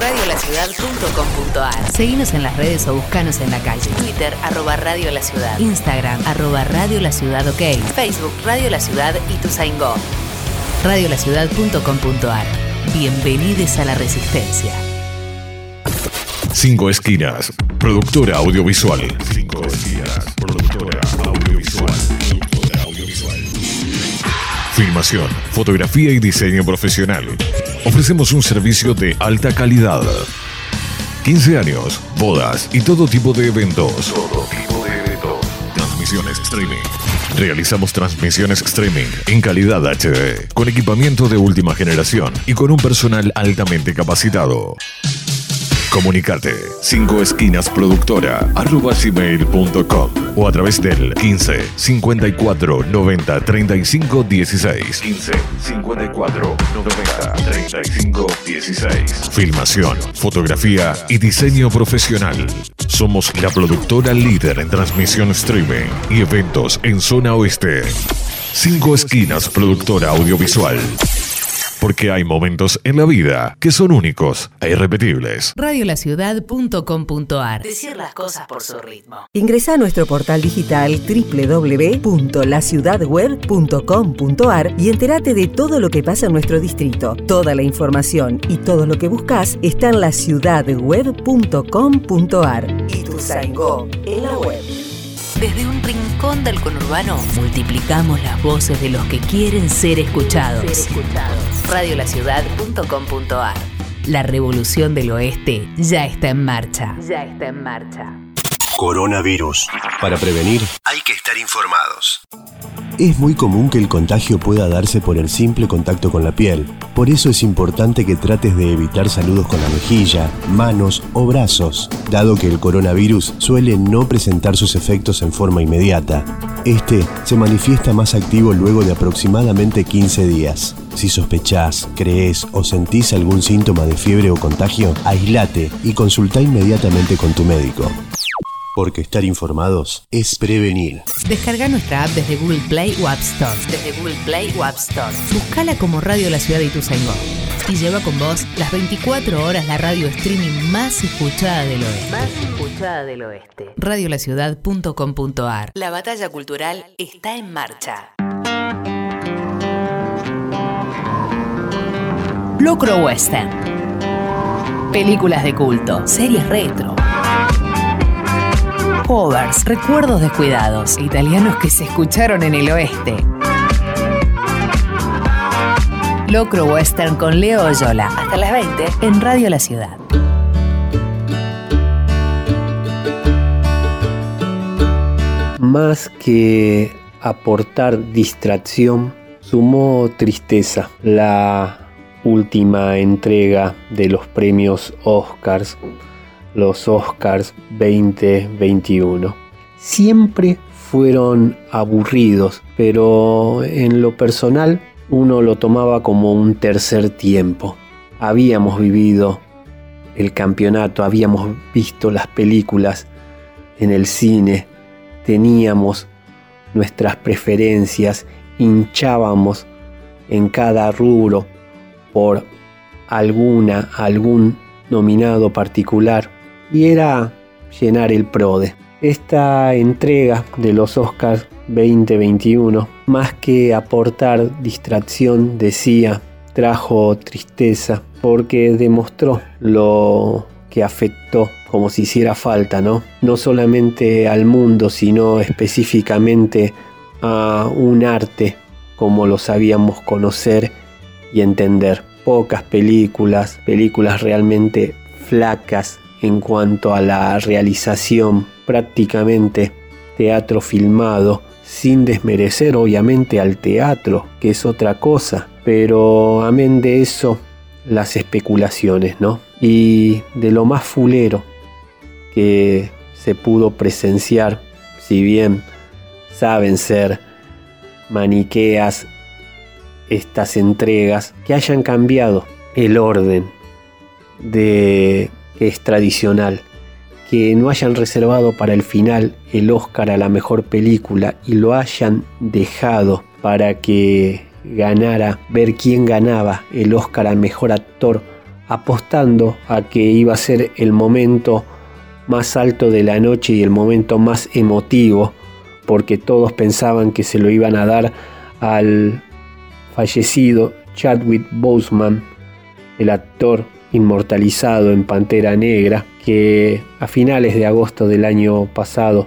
radiolaciudad.com.ar. Seguinos en las redes o buscanos en la calle. Twitter, @Radio La Ciudad. Instagram, @Radio La Ciudad OK. Facebook, Radio La Ciudad y Ituzaingó. radiolaciudad.com.ar. Bienvenidos a la Resistencia. 5 Esquinas, productora audiovisual. 5 Esquinas, productora audiovisual. Filmación, fotografía y diseño profesional. Ofrecemos un servicio de alta calidad. 15 años, bodas y todo tipo de eventos. Transmisiones streaming. Realizamos transmisiones streaming en calidad HD, con equipamiento de última generación y con un personal altamente capacitado. Comunicate 5esquinasproductora@gmail.com o a través del 15 54 90 35 16. 15 54 90 35 16. Filmación, fotografía y diseño profesional. Somos la productora líder en transmisión streaming y eventos en zona oeste. 5 Esquinas, productora audiovisual. Porque hay momentos en la vida que son únicos e irrepetibles. radiolaciudad.com.ar. Decir las cosas por su ritmo. Ingresá a nuestro portal digital www.laciudadweb.com.ar y entérate de todo lo que pasa en nuestro distrito. Toda la información y todo lo que buscas está en laciudadweb.com.ar. Ituzaingó en la web. Desde un rincón del conurbano, multiplicamos las voces de los que quieren ser escuchados. radiolaciudad.com.ar. La revolución del oeste ya está en marcha. Coronavirus. Para prevenir, hay que estar informados. Es muy común que el contagio pueda darse por el simple contacto con la piel. Por eso es importante que trates de evitar saludos con la mejilla, manos o brazos, dado que el coronavirus suele no presentar sus efectos en forma inmediata. Este se manifiesta más activo luego de aproximadamente 15 días. Si sospechás, crees o sentís algún síntoma de fiebre o contagio, aislate y consultá inmediatamente con tu médico. Porque estar informados es prevenir. Descarga nuestra app desde Google Play o App Store. Buscala como Radio La Ciudad de Ituzaingó. Y lleva con vos las 24 horas la radio streaming más escuchada del oeste. radiolaciudad.com.ar. La batalla cultural está en marcha. Locro Western. Películas de culto, series retro. Covers, recuerdos descuidados, italianos que se escucharon en el oeste. Locro Western con Leo Oyola, hasta las 20 en Radio La Ciudad. Más que aportar distracción, sumó tristeza la última entrega de los premios Oscars. Los Oscars 2021. Siempre fueron aburridos, pero en lo personal uno lo tomaba como un tercer tiempo. Habíamos vivido el campeonato, habíamos visto las películas en el cine, teníamos nuestras preferencias, hinchábamos en cada rubro por algún nominado particular. Y era llenar el PRODE. Esta entrega de los Oscars 2021, más que aportar distracción, decía, trajo tristeza, porque demostró lo que afectó, como si hiciera falta, ¿no? No solamente al mundo, sino específicamente a un arte como lo sabíamos conocer y entender. Pocas películas realmente flacas en cuanto a la realización, prácticamente teatro filmado, sin desmerecer obviamente al teatro, que es otra cosa, pero amén de eso, las especulaciones, ¿no? Y de lo más fulero que se pudo presenciar, si bien saben ser maniqueas estas entregas, que hayan cambiado el orden que es tradicional, que no hayan reservado para el final el Oscar a la mejor película y lo hayan dejado para que ganara, ver quién ganaba el Oscar al mejor actor apostando a que iba a ser el momento más alto de la noche y el momento más emotivo, porque todos pensaban que se lo iban a dar al fallecido Chadwick Boseman, el actor inmortalizado en Pantera Negra, que a finales de agosto del año pasado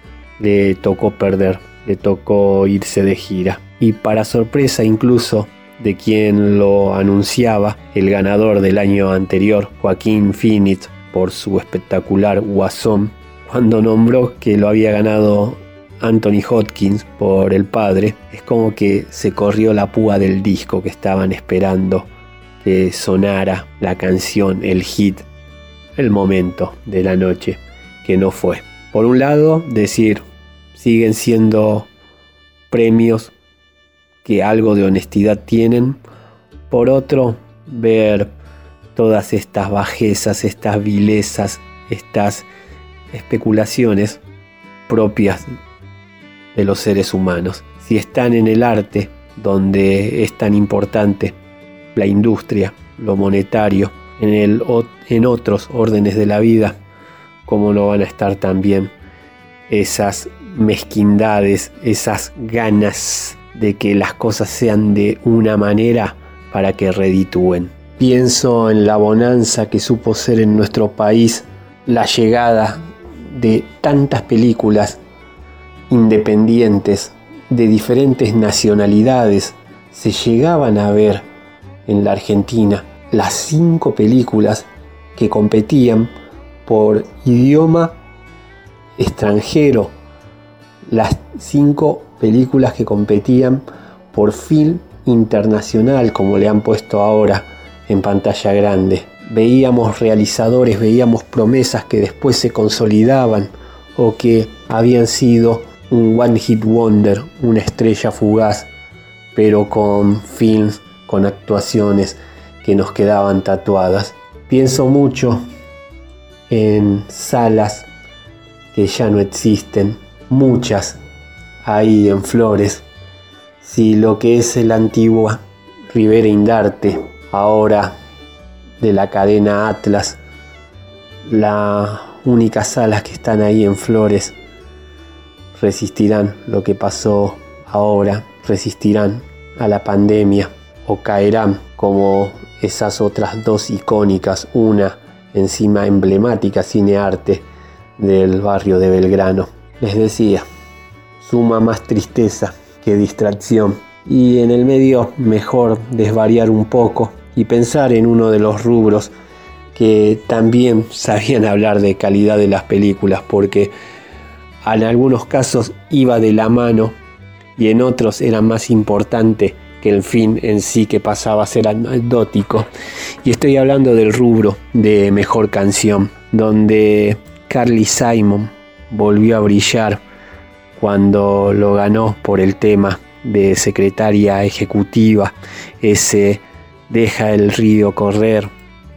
le tocó perder, le tocó irse de gira. Y para sorpresa incluso de quien lo anunciaba, el ganador del año anterior, Joaquín Phoenix, por su espectacular Guasón, cuando nombró que lo había ganado Anthony Hopkins por El Padre, es como que se corrió la púa del disco que estaban esperando que sonara la canción, el hit, el momento de la noche, que no fue. Por un lado, decir, siguen siendo premios que algo de honestidad tienen. Por otro, ver todas estas bajezas, estas vilezas, estas especulaciones propias de los seres humanos. Si están en el arte, donde es tan importante la industria, lo monetario, en otros órdenes de la vida, ¿cómo no van a estar también esas mezquindades, esas ganas de que las cosas sean de una manera para que reditúen? Pienso en la bonanza que supo ser en nuestro país la llegada de tantas películas independientes de diferentes nacionalidades. Se llegaban a ver en la Argentina las 5 películas que competían por idioma extranjero, las 5 películas que competían por film internacional, como le han puesto ahora en pantalla grande. Veíamos realizadores, veíamos promesas que después se consolidaban o que habían sido un one hit wonder, una estrella fugaz, pero con films, con actuaciones que nos quedaban tatuadas. Pienso mucho en salas que ya no existen, muchas ahí en Flores. Si lo que es el antiguo Rivera Indarte, ahora de la cadena Atlas, las únicas salas que están ahí en Flores, resistirán lo que pasó ahora, resistirán a la pandemia o caerán como esas otras 2 icónicas, una encima emblemática cinearte del barrio de Belgrano. Les decía, suma más tristeza que distracción, y en el medio mejor desvariar un poco y pensar en uno de los rubros que también sabían hablar de calidad de las películas, porque en algunos casos iba de la mano y en otros era más importante que el fin en sí, que pasaba a ser anecdótico. Y estoy hablando del rubro de mejor canción, donde Carly Simon volvió a brillar cuando lo ganó por el tema de secretaria ejecutiva, ese Deja el río correr.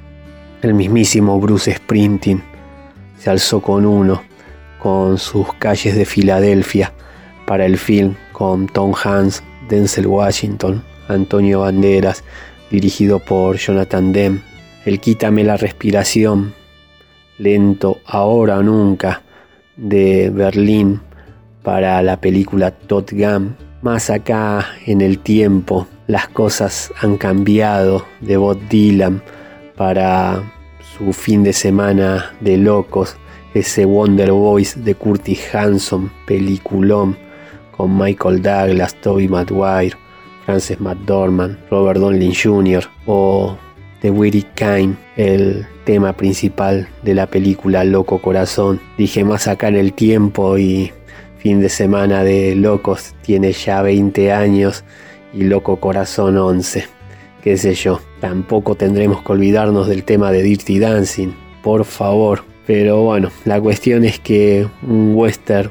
El mismísimo Bruce Springsteen se alzó con uno, con sus Calles de Filadelfia, para el film con Tom Hanks, Denzel Washington, Antonio Banderas, dirigido por Jonathan Demme. El Quítame la respiración, Lento ahora o nunca, de Berlín, para la película Top Gun. Más acá en el tiempo, Las cosas han cambiado, de Bob Dylan, para su fin de semana de locos, ese Wonder Boys de Curtis Hanson, peliculón, con Michael Douglas, Tobey Maguire, Frances McDormand, Robert Downey Jr. o The Weary Kind, el tema principal de la película Loco Corazón. Dije más acá en el tiempo y fin de semana de locos tiene ya 20 años y Loco Corazón 11, qué sé yo. Tampoco tendremos que olvidarnos del tema de Dirty Dancing, por favor. Pero bueno, la cuestión es que un western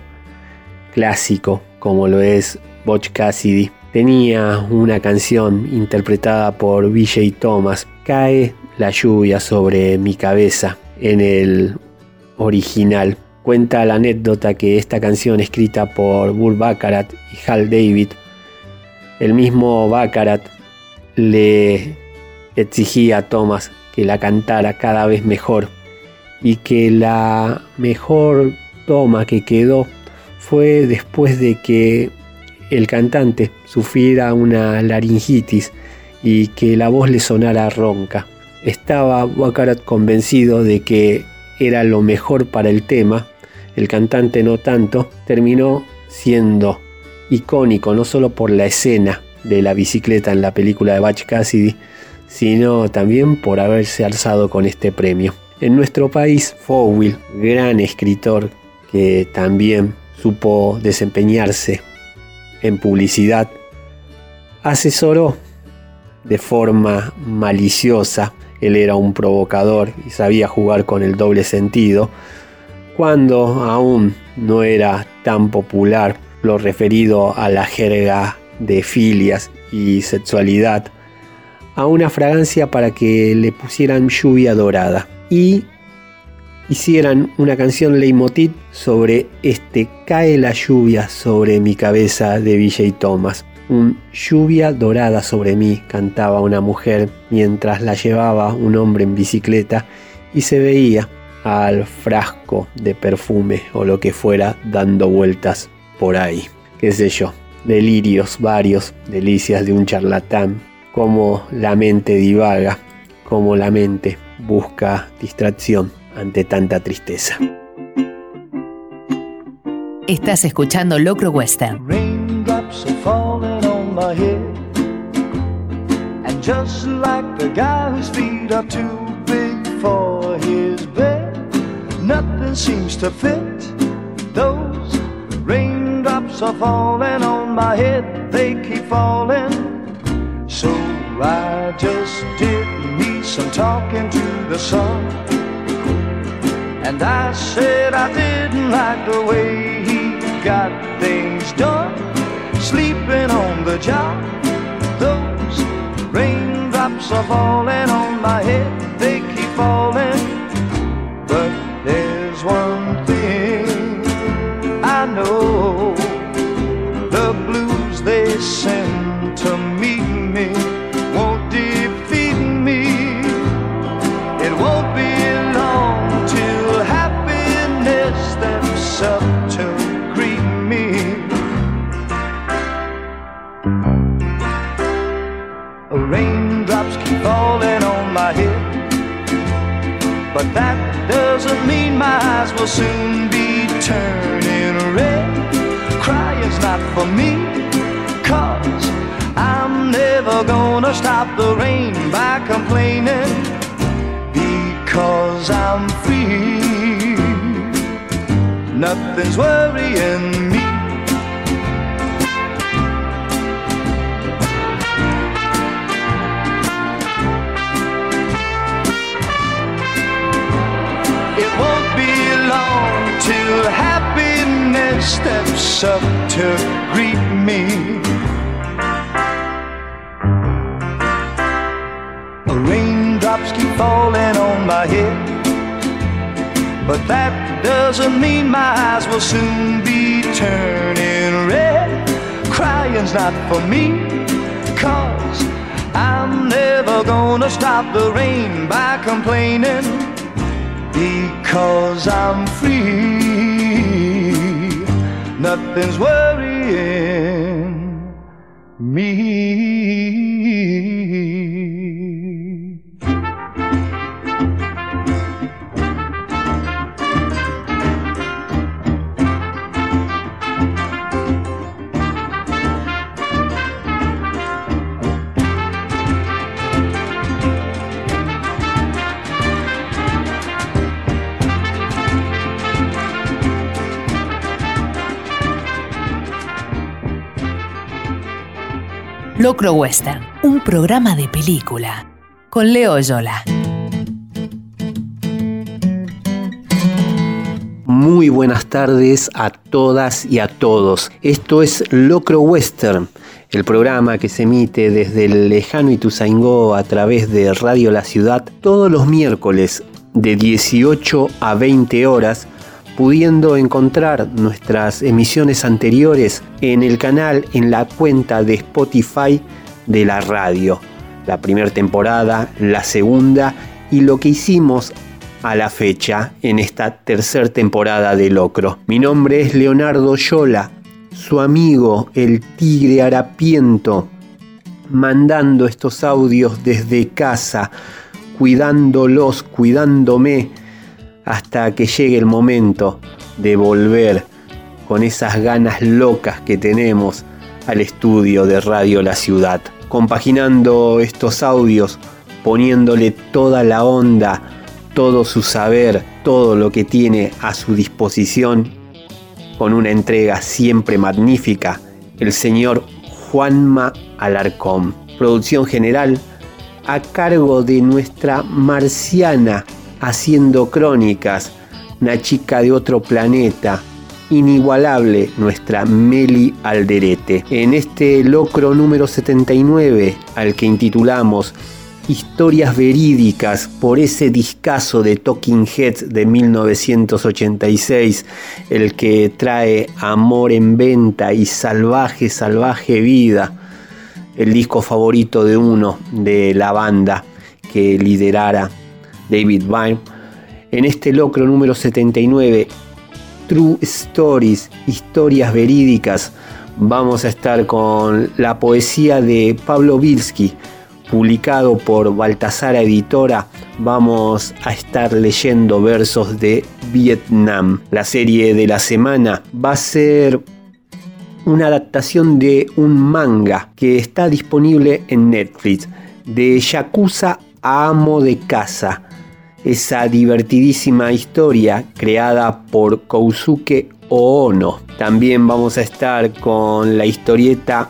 clásico como lo es Butch Cassidy tenía una canción interpretada por B.J. Thomas, Cae la lluvia sobre mi cabeza, en el original. Cuenta la anécdota que esta canción, escrita por Burt Bacharach y Hal David, el mismo Bacharach le exigía a Thomas que la cantara cada vez mejor, y que la mejor toma que quedó fue después de que el cantante sufriera una laringitis y que la voz le sonara ronca. Estaba Baccarat convencido de que era lo mejor para el tema, el cantante no tanto. Terminó siendo icónico no solo por la escena de la bicicleta en la película de Butch Cassidy, sino también por haberse alzado con este premio. En nuestro país, Fouil, gran escritor que también supo desempeñarse en publicidad, asesoró de forma maliciosa. Él era un provocador y sabía jugar con el doble sentido, cuando aún no era tan popular lo referido a la jerga de filias y sexualidad, a una fragancia para que le pusieran lluvia dorada y hicieran una canción leitmotiv sobre este Cae la lluvia sobre mi cabeza de B.J. Thomas. Un lluvia dorada sobre mí, cantaba una mujer mientras la llevaba un hombre en bicicleta y se veía al frasco de perfume o lo que fuera dando vueltas por ahí. Qué sé yo, delirios varios, delicias de un charlatán, cómo la mente divaga, cómo la mente busca distracción ante tanta tristeza. Estás escuchando Locro Western. Raindrops are falling on my head, and just like the guy whose feet are too big for his bed, nothing seems to fit. Those raindrops are falling on my head, they keep falling. So I just did me some talking to the sun, and I said I didn't like the way he got things done, sleeping on the job. Those raindrops are falling on my head, they keep falling. But there's one thing I know, the blues they send to meet me won't defeat me. It won't be long till happiness steps up to greet me. Raindrops keep falling on my head, but that doesn't mean my eyes will soon be turning red. Crying's not for me, 'cause I'm never gonna stop the rain by complaining, because I'm free. Nothing's worrying me. It won't be long till happiness steps up to greet me. Raindrops keep falling on my head, but that doesn't mean my eyes will soon be turning red. Crying's not for me, 'cause I'm never gonna stop the rain by complaining, because I'm free. Nothing's worrying me. Locro Western, un programa de película, con Leo Oyola. Muy buenas tardes a todas y a todos. Esto es Locro Western, el programa que se emite desde el lejano Ituzaingó a través de Radio La Ciudad todos los miércoles de 18 a 20 horas, pudiendo encontrar nuestras emisiones anteriores en el canal, en la cuenta de Spotify de la radio. La primera temporada, la segunda y lo que hicimos a la fecha en esta tercera temporada de Locro. Mi nombre es Leonardo Yola, su amigo el Tigre Harapiento, mandando estos audios desde casa, cuidándolos, cuidándome, hasta que llegue el momento de volver con esas ganas locas que tenemos al estudio de Radio La Ciudad, compaginando estos audios, poniéndole toda la onda, todo su saber, todo lo que tiene a su disposición, con una entrega siempre magnífica, el señor Juanma Alarcón. Producción general a cargo de nuestra marciana, haciendo crónicas, una chica de otro planeta, inigualable, nuestra Meli Alderete. En este locro número 79, al que intitulamos Historias verídicas, por ese discazo de Talking Heads de 1986, el que trae Amor en Venta y Salvaje, Salvaje Vida, el disco favorito de uno de la banda que liderara David Byrne. En este locro número 79, True Stories, historias verídicas, vamos a estar con la poesía de Pablo Bielski, publicado por Baltasara Editora. Vamos a estar leyendo versos de Vietnam. La serie de la semana va a ser una adaptación de un manga que está disponible en Netflix, de Yakuza a Amo de Casa. Esa divertidísima historia creada por Kousuke Oono. También vamos a estar con la historieta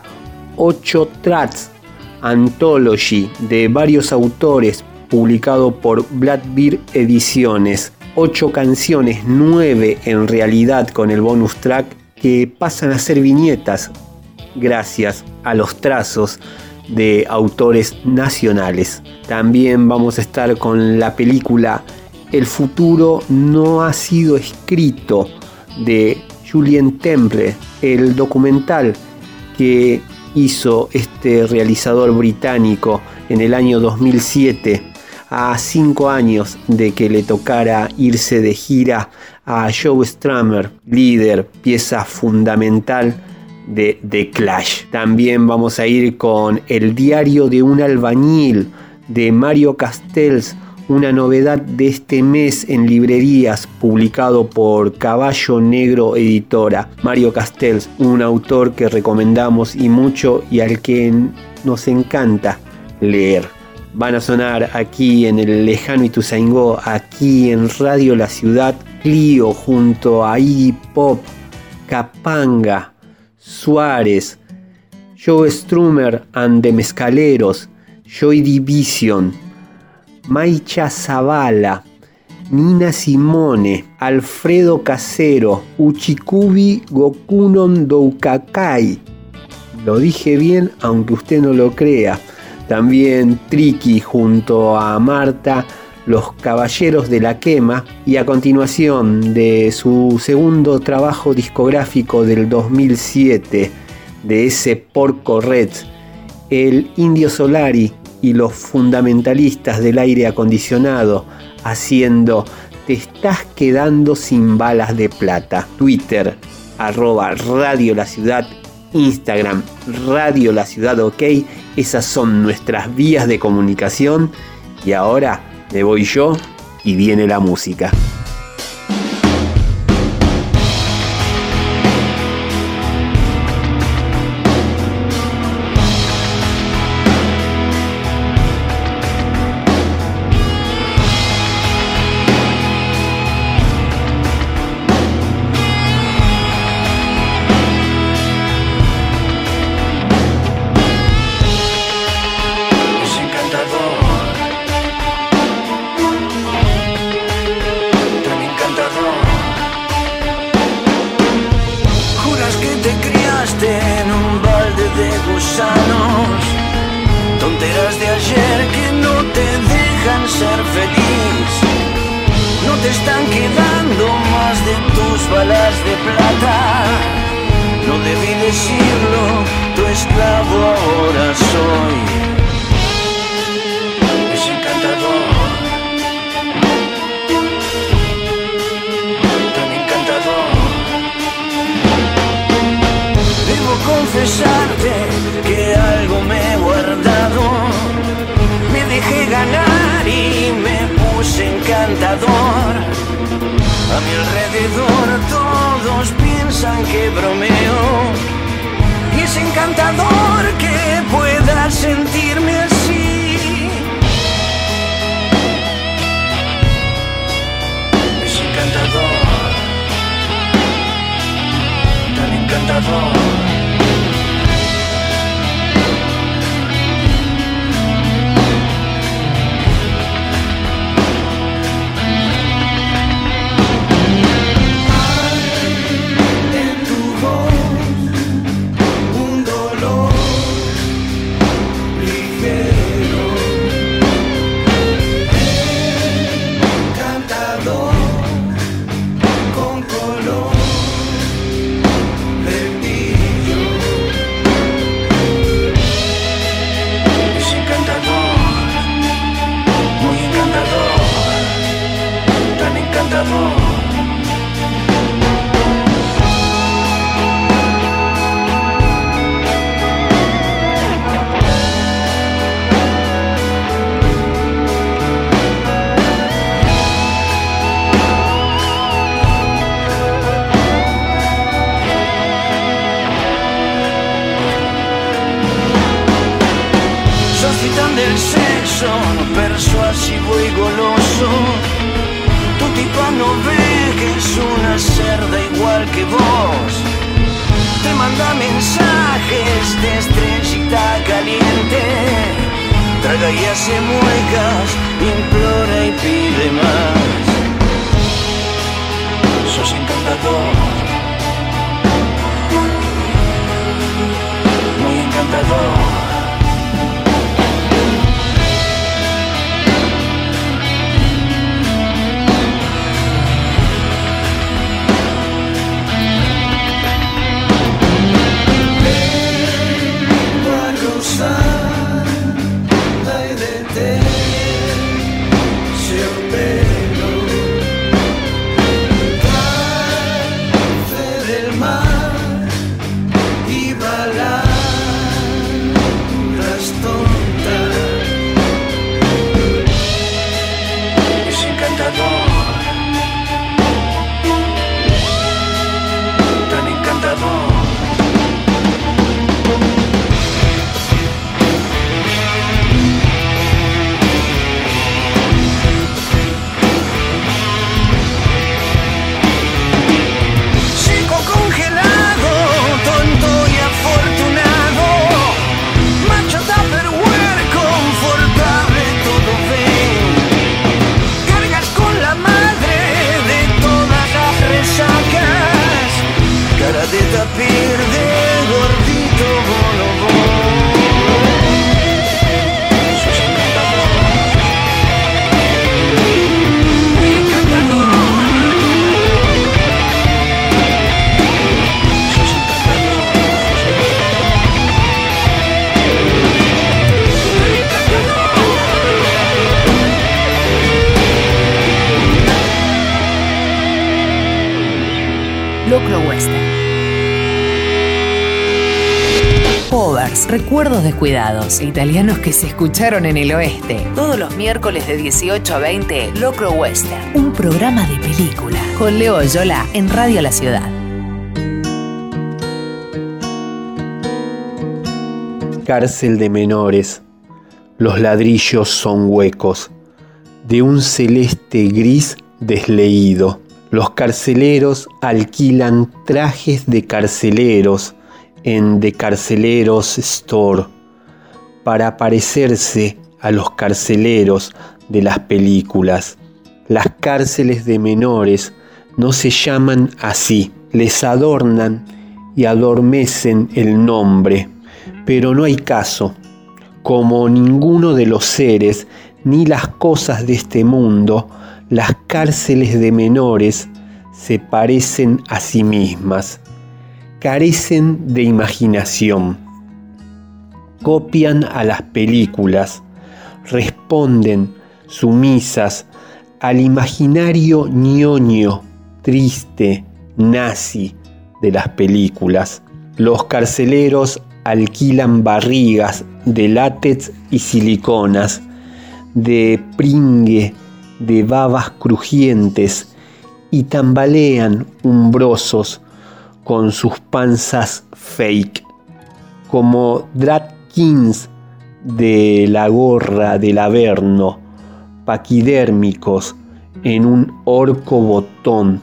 8 Tracks Anthology de varios autores, publicado por Blackbeard Ediciones. 8 canciones, 9 en realidad con el bonus track, que pasan a ser viñetas gracias a los trazos de autores nacionales. También vamos a estar con la película El futuro no ha sido escrito, de Julien Temple, el documental que hizo este realizador británico en el año 2007, a 5 años de que le tocara irse de gira a Joe Strummer, líder, pieza fundamental de The Clash. También vamos a ir con El diario de un albañil, de Mario Castells, una novedad de este mes en librerías, publicado por Caballo Negro Editora. Mario Castells, un autor que recomendamos y mucho, y al que nos encanta leer. Van a sonar aquí en el lejano Ituzaingó, aquí en Radio La Ciudad, Clio junto a Iggy Pop, Capanga, Suárez, Joe Strummer and the Mezcaleros, Joy Division, Maicha Zavala, Nina Simone, Alfredo Casero, Uchikubi Gokunon Doukakai. Lo dije bien, aunque usted no lo crea. También Tricky junto a Marta, Los Caballeros de la Quema. Y a continuación, de su segundo trabajo discográfico del 2007, de ese Porco Reds, el Indio Solari y los fundamentalistas del aire acondicionado, haciendo Te estás quedando sin balas de plata. Twitter, @Radio La Ciudad, Instagram, Radio La Ciudad OK. Esas son nuestras vías de comunicación. Y ahora me voy yo y viene la música. Tonteras de ayer que no te dejan ser feliz. No te están quedando más de tus balas de plata. No debí decirlo, tu esclavo ahora soy. Es encantador, confesarte que algo me he guardado. Me dejé ganar y me puse encantador. A mi alrededor todos piensan que bromeo, y es encantador que pueda sentirme así. Es encantador, tan encantador. Persuasivo y goloso, tu tipo no ve que es una cerda igual que vos. Te manda mensajes de estrellita caliente, traga y hace muecas, implora y pide más. Sos encantador, muy encantador. Locro Western. Covers, recuerdos descuidados, italianos que se escucharon en el oeste. Todos los miércoles de 18 a 20, Locro Western, un programa de película, con Leo Oyola en Radio La Ciudad. Cárcel de menores. Los ladrillos son huecos, de un celeste gris desleído. Los carceleros alquilan trajes de carceleros en The Carceleros Store para parecerse a los carceleros de las películas. Las cárceles de menores no se llaman así, les adornan y adormecen el nombre, pero no hay caso. Como ninguno de los seres ni las cosas de este mundo, las cárceles de menores se parecen a sí mismas, carecen de imaginación, copian a las películas, responden sumisas al imaginario ñoño, triste, nazi de las películas. Los carceleros alquilan barrigas de látex y siliconas, de pringue, de babas crujientes, y tambalean umbrosos con sus panzas fake, como drag kings de la gorra del Averno, paquidérmicos en un orco botón,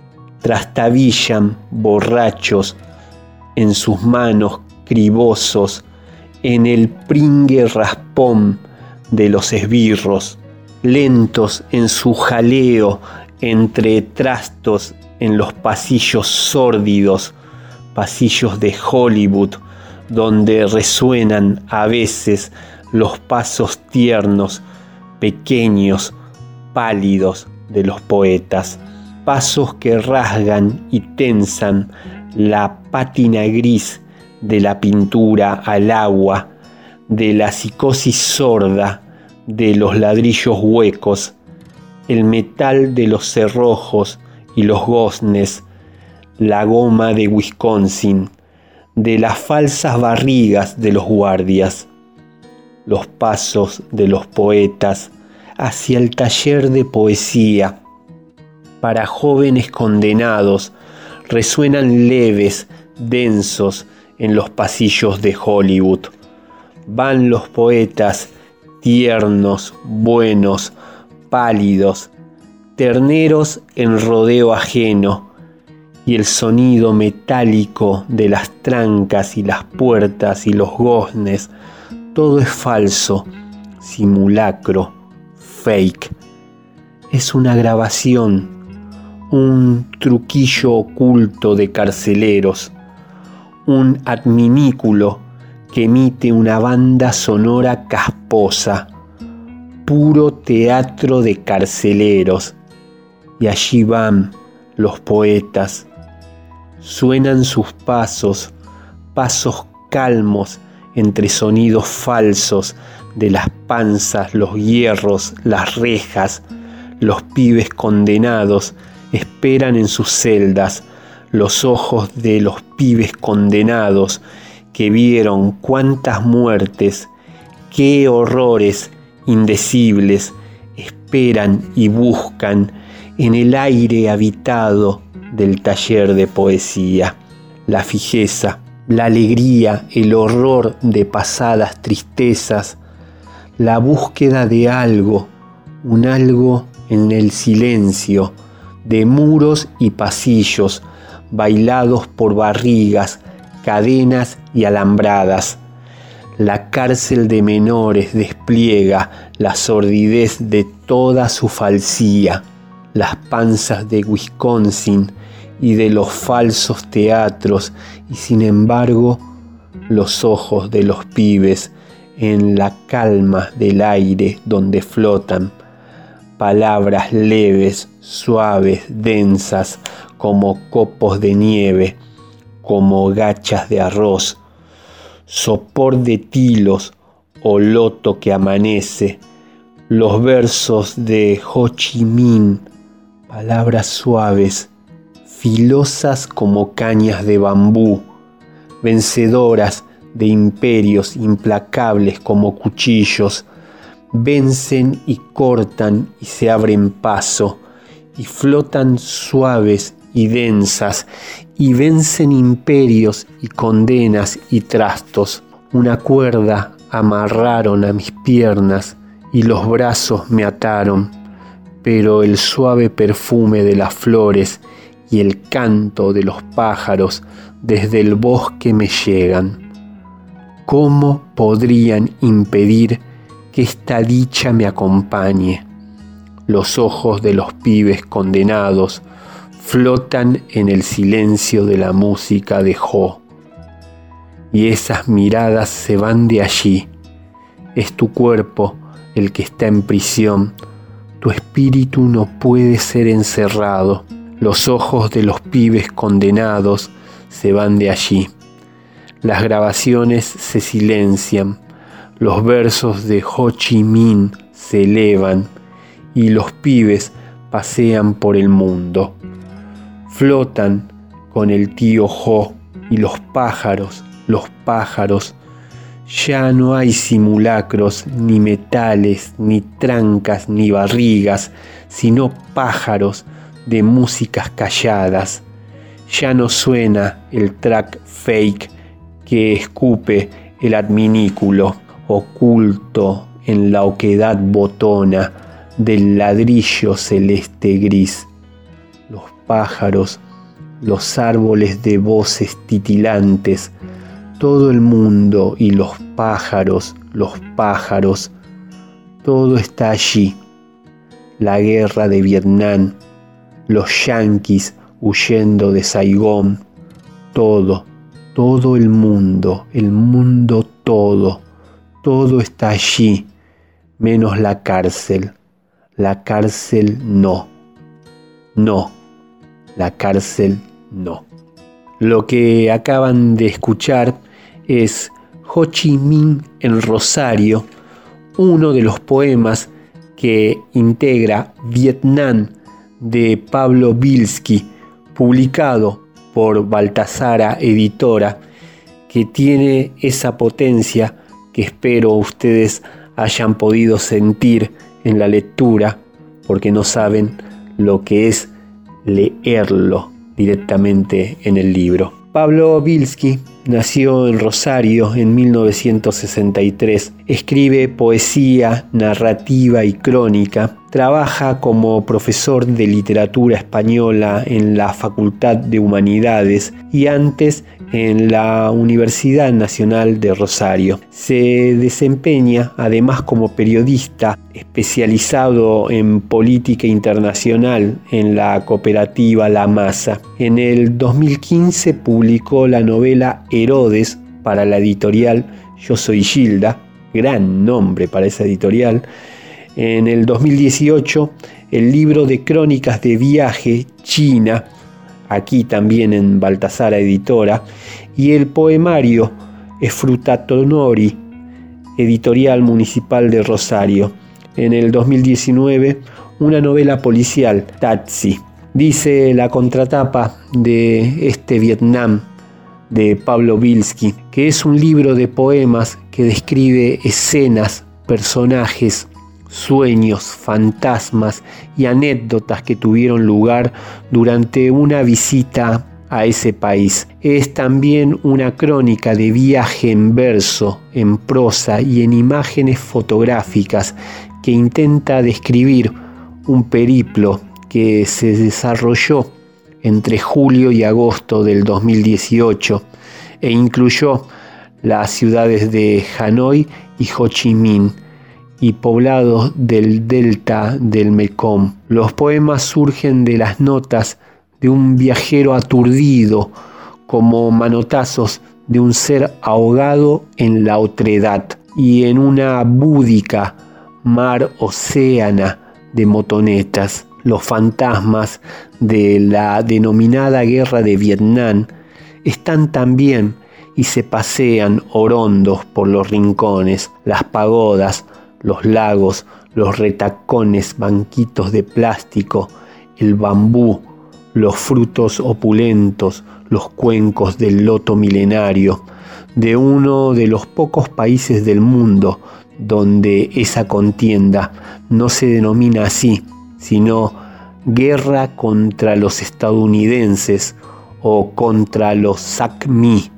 trastabillan borrachos en sus manos cribosos en el pringue raspón de los esbirros, lentos en su jaleo entre trastos en los pasillos sórdidos, pasillos de Hollywood, donde resuenan a veces los pasos tiernos, pequeños, pálidos de los poetas, pasos que rasgan y tensan la pátina gris de la pintura al agua, de la psicosis sorda de los ladrillos huecos, el metal de los cerrojos y los goznes, la goma de Wisconsin, de las falsas barrigas de los guardias, los pasos de los poetas hacia el taller de poesía. Para jóvenes condenados resuenan leves, densos en los pasillos de Hollywood. Van los poetas tiernos, buenos, pálidos, terneros en rodeo ajeno, y el sonido metálico de las trancas y las puertas y los goznes, todo es falso, simulacro, fake. Es una grabación, un truquillo oculto de carceleros, un adminículo que emite una banda sonora casposa, puro teatro de carceleros. Y allí van los poetas. Suenan sus pasos, pasos calmos entre sonidos falsos de las panzas, los hierros, las rejas. Los pibes condenados esperan en sus celdas, los ojos de los pibes condenados que vieron cuántas muertes, qué horrores indecibles esperan y buscan en el aire habitado del taller de poesía. La fijeza, la alegría, el horror de pasadas tristezas, la búsqueda de algo, un algo en el silencio, de muros y pasillos, bailados por barrigas, cadenas y alambradas. La cárcel de menores despliega la sordidez de toda su falsía. Las panzas de Wisconsin y de los falsos teatros, y sin embargo los ojos de los pibes en la calma del aire donde flotan palabras leves, suaves, densas, como copos de nieve, como gachas de arroz, sopor de tilos o loto que amanece, los versos de Ho Chi Minh, palabras suaves, filosas como cañas de bambú, vencedoras de imperios implacables como cuchillos, vencen y cortan y se abren paso, y flotan suaves y densas, y vencen imperios y condenas y trastos. Una cuerda amarraron a mis piernas y los brazos me ataron, pero el suave perfume de las flores y el canto de los pájaros desde el bosque me llegan. ¿Cómo podrían impedir que esta dicha me acompañe? Los ojos de los pibes condenados flotan en el silencio de la música de Ho, y esas miradas se van de allí. Es tu cuerpo el que está en prisión, tu espíritu no puede ser encerrado. Los ojos de los pibes condenados se van de allí. Las grabaciones se silencian, los versos de Ho Chi Minh se elevan y los pibes pasean por el mundo. Flotan con el tío Ho y los pájaros, ya no hay simulacros, ni metales, ni trancas, ni barrigas, sino pájaros de músicas calladas. Ya no suena el track fake que escupe el adminículo, oculto en la oquedad botona del ladrillo celeste gris. Los pájaros, los árboles de voces titilantes, todo el mundo y los pájaros, todo está allí. La guerra de Vietnam, los yanquis huyendo de Saigón, todo el mundo todo está allí, menos la cárcel no, la cárcel no. Lo que acaban de escuchar es Ho Chi Minh en Rosario, uno de los poemas que integra Vietnam de Pablo Bilski, publicado por Baltasara Editora, que tiene esa potencia que espero ustedes hayan podido sentir en la lectura, porque no saben lo que es leerlo directamente en el libro. Pablo Bilski nació en Rosario en 1963. Escribe poesía, narrativa y crónica. Trabaja como profesor de literatura española en la Facultad de Humanidades y antes en la Universidad Nacional de Rosario. Se desempeña además como periodista especializado en política internacional en la cooperativa La Masa. En el 2015 publicó la novela Herodes para la editorial Yo Soy Gilda, gran nombre para esa editorial. En el 2018 el libro de crónicas de viaje China, aquí también en Baltasara Editora, y el poemario Esfrutatonori, editorial municipal de Rosario. En el 2019 una novela policial, Taxi. Dice la contratapa de este Vietnam de Pablo Bilski que es un libro de poemas que describe escenas, personajes, sueños, fantasmas y anécdotas que tuvieron lugar durante una visita a ese país. Es también una crónica de viaje en verso, en prosa y en imágenes fotográficas que intenta describir un periplo que se desarrolló entre julio y agosto del 2018 e incluyó las ciudades de Hanoi y Ho Chi Minh y poblados del delta del Mekong. Los poemas surgen de las notas de un viajero aturdido, como manotazos de un ser ahogado en la otredad y en una búdica mar océana de motonetas. Los fantasmas de la denominada Guerra de Vietnam están también y se pasean orondos por los rincones, las pagodas, los lagos, los retacones, banquitos de plástico, el bambú, los frutos opulentos, los cuencos del loto milenario, de uno de los pocos países del mundo donde esa contienda no se denomina así, sino guerra contra los estadounidenses o contra los SACMI,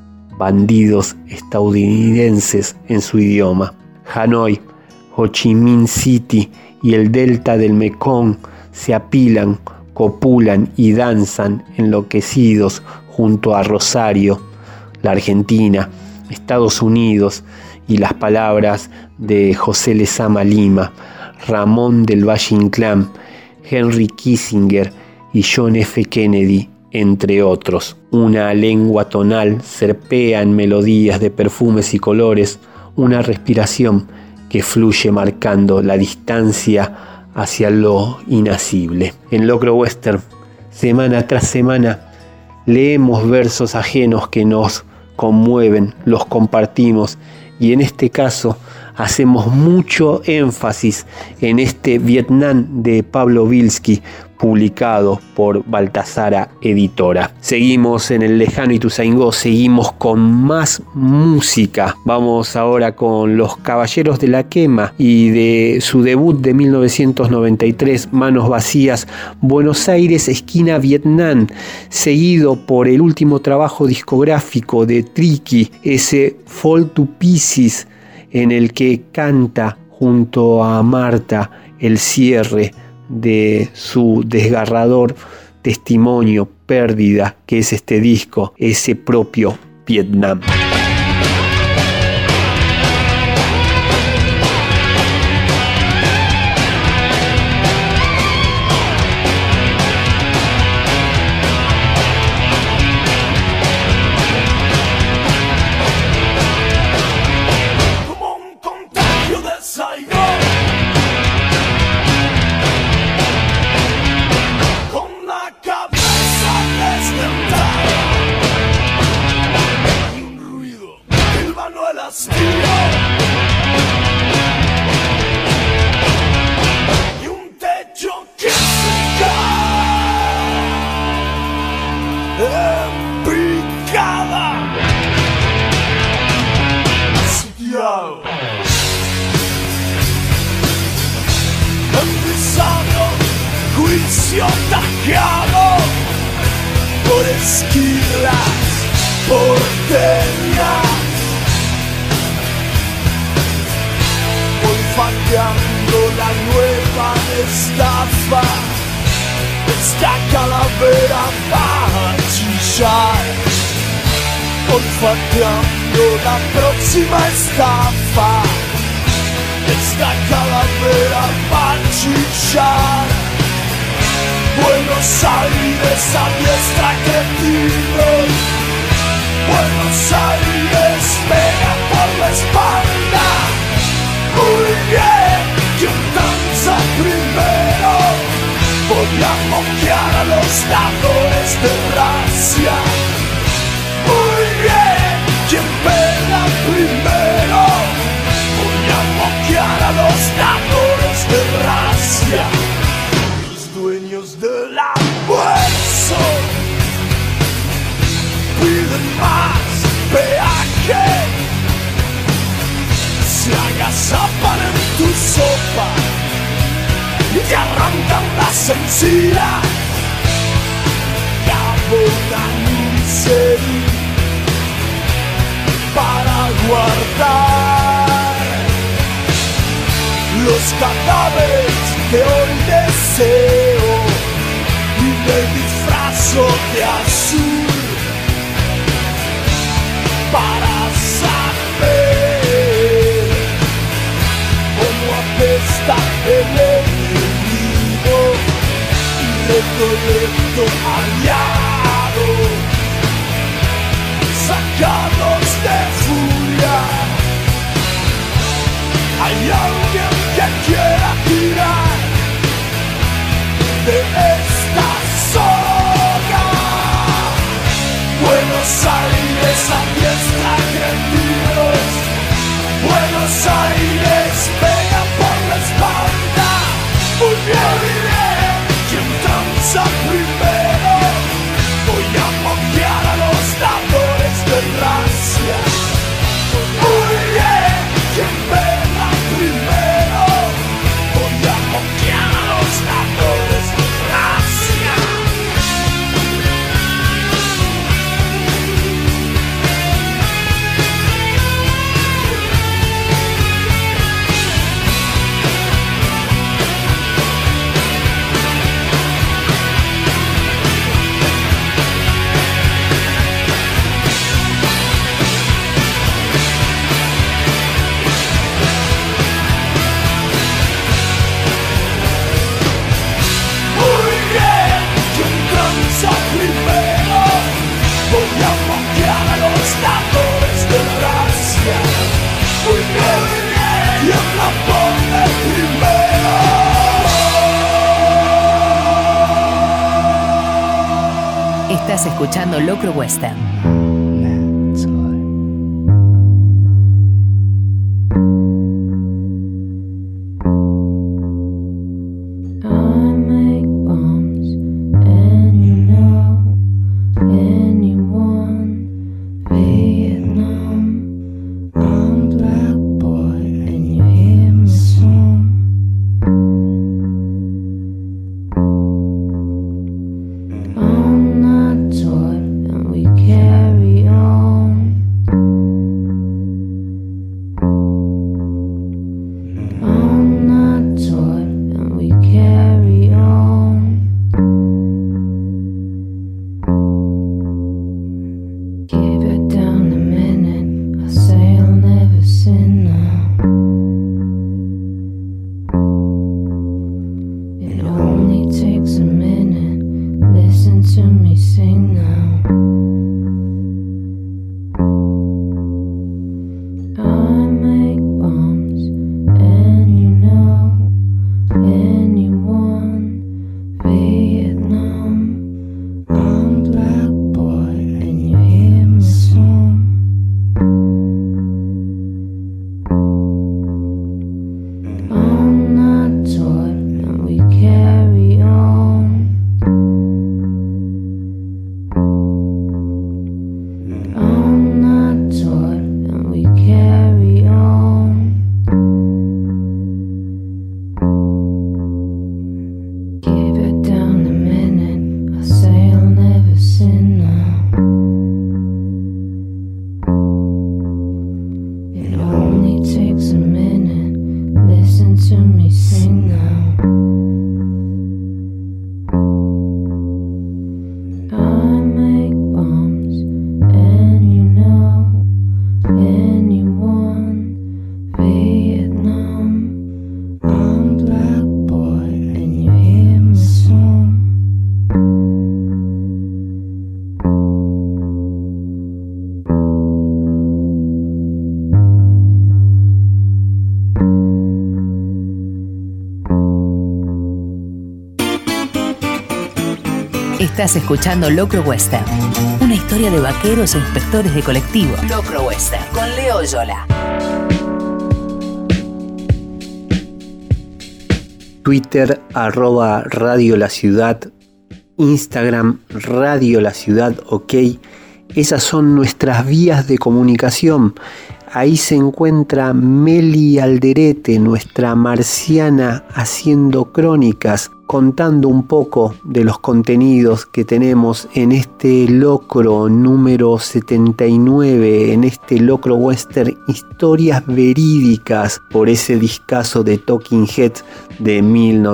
bandidos estadounidenses en su idioma. Hanoi, Ho Chi Minh City y el delta del Mekong se apilan, copulan y danzan enloquecidos junto a Rosario, la Argentina, Estados Unidos y las palabras de José Lezama Lima, Ramón del Valle Inclán, Henry Kissinger y John F. Kennedy, entre otros. Una lengua tonal serpea en melodías de perfumes y colores, una respiración que fluye marcando la distancia hacia lo inasible. En Locro Western, semana tras semana, leemos versos ajenos que nos conmueven, los compartimos y en este caso hacemos mucho énfasis en este Vietnam de Pablo Bilski, publicado por Baltasara Editora. Seguimos en el lejano Ituzaingó, seguimos con más música. Vamos ahora con Los Caballeros de la Quema y de su debut de 1993, Manos Vacías, Buenos Aires, esquina Vietnam, seguido por el último trabajo discográfico de Tricky, ese Fall to Pieces, en el que canta junto a Marta el cierre de su desgarrador testimonio, pérdida, que es este disco, ese propio Vietnam. Juicio tajeado por esquilas porteñas, olfateando la nueva estafa. Esta calavera va a chillar, olfateando la próxima estafa. Esta calavera va a chillar. Buenos Aires a diestra cretinos, Buenos Aires pega por la espalda. Muy bien, quien danza primero, voy a moquear a los dadores de racia. Muy bien, quien pega primero, voy a moquear a los dadores de racia. Dueños del almuerzo piden más peaje, se agazapan en tu sopa y te arrancan las encías. Abonan un cerí para guardar los cadáveres que hoy deseo y me disfrazo de azul para saber cómo apesta el enemigo y recolecto aliado, sacados de furia. Hay alguien que quiera tirar de esta soga. Buenos Aires a diestra cretinos, Buenos Aires pega por la espalda. Muy bien, quien danza primero, voy a moquear a los dadores de racia. Muy bien, quien pega primero, voy a moquear a los dadores de racia. Estás escuchando Locro Western. I make bombs Estás escuchando Locro Western, una historia de vaqueros e inspectores de colectivo. Locro Western, con Leo Yola. Twitter @Radio La Ciudad, Instagram Radio La Ciudad OK. Esas son nuestras vías de comunicación. Ahí se encuentra Meli Alderete, nuestra marciana haciendo crónicas, contando un poco de los contenidos que tenemos en este locro número 79, en este Locro Western, historias verídicas, por ese discazo de Talking Heads de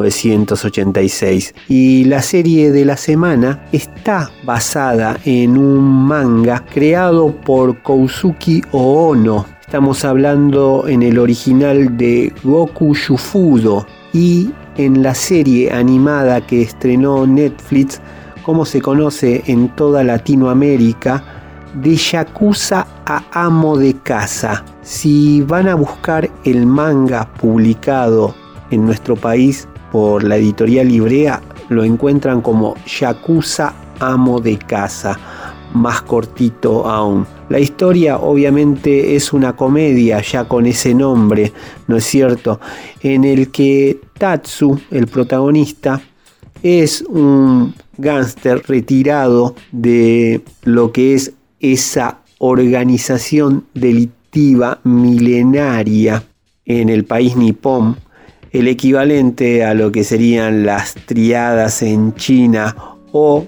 1986. Y la serie de la semana está basada en un manga creado por Kousuke Oono. Estamos hablando en el original de Goku Shufudo y en la serie animada que estrenó Netflix, como se conoce en toda Latinoamérica, de Yakuza a amo de casa. Si van a buscar el manga publicado en nuestro país por la editorial Ivrea, lo encuentran como Yakuza amo de casa, más cortito aún. La historia obviamente es una comedia ya con ese nombre, ¿no es cierto? En el que Tatsu, el protagonista, es un gángster retirado de lo que es esa organización delictiva milenaria en el país nipón, el equivalente a lo que serían las triadas en China o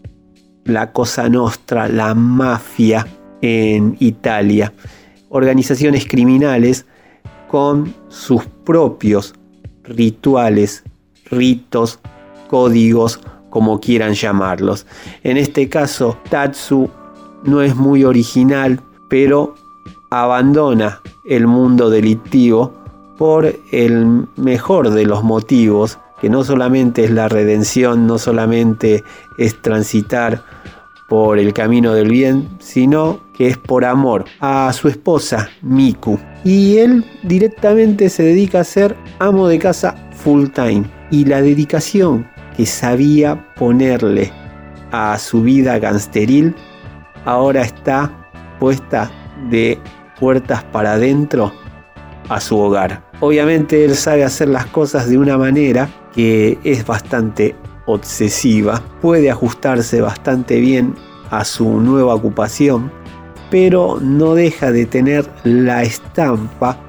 la Cosa Nostra, la mafia en Italia. Organizaciones criminales con sus propios rituales, ritos, códigos, como quieran llamarlos. En este caso, Tatsu no es muy original, pero abandona el mundo delictivo por el mejor de los motivos, que no solamente es la redención, no solamente es transitar por el camino del bien, sino que es por amor a su esposa Miku. Y él directamente se dedica a ser amo de casa full time. Y la dedicación que sabía ponerle a su vida gangsteril ahora está puesta de puertas para adentro a su hogar. Obviamente él sabe hacer las cosas de una manera que es bastante obsesiva, puede ajustarse bastante bien a su nueva ocupación, pero no deja de tener la estampa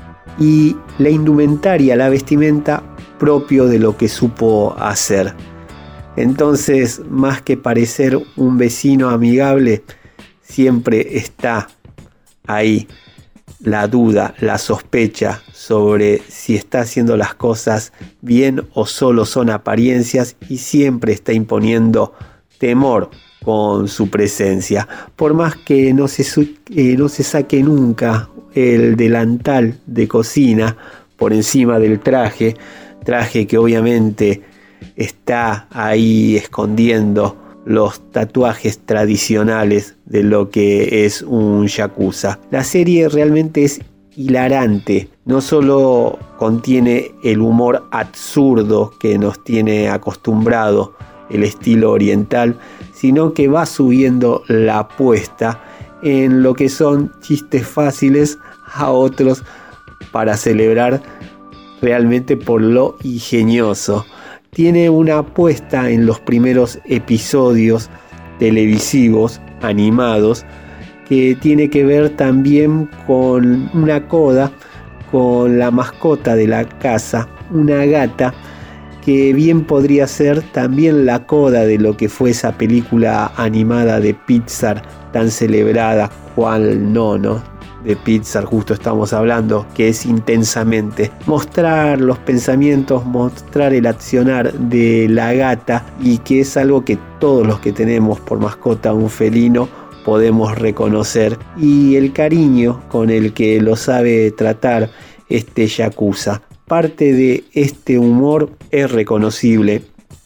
y la indumentaria, la vestimenta propio de lo que supo hacer. Entonces, más que parecer un vecino amigable, siempre está ahí la duda, la sospecha sobre si está haciendo las cosas bien o solo son apariencias, y siempre está imponiendo temor con su presencia. Por más que no se saque nunca el delantal de cocina por encima del traje que obviamente está ahí escondiendo los tatuajes tradicionales de lo que es un yakuza. La serie realmente es hilarante, no solo contiene el humor absurdo que nos tiene acostumbrado el estilo oriental, sino que va subiendo la apuesta en lo que son chistes fáciles a otros para celebrar realmente por lo ingenioso. Tiene una apuesta en los primeros episodios televisivos animados que tiene que ver también con una coda con la mascota de la casa, una gata, que bien podría ser también la coda de lo que fue esa película animada de Pixar tan celebrada, cual no, de Pixar justo estamos hablando, que es Intensamente. Mostrar los pensamientos, mostrar el accionar de la gata, y que es algo que todos los que tenemos por mascota un felino podemos reconocer, y el cariño con el que lo sabe tratar este yakuza. Parte de este humor es reconocible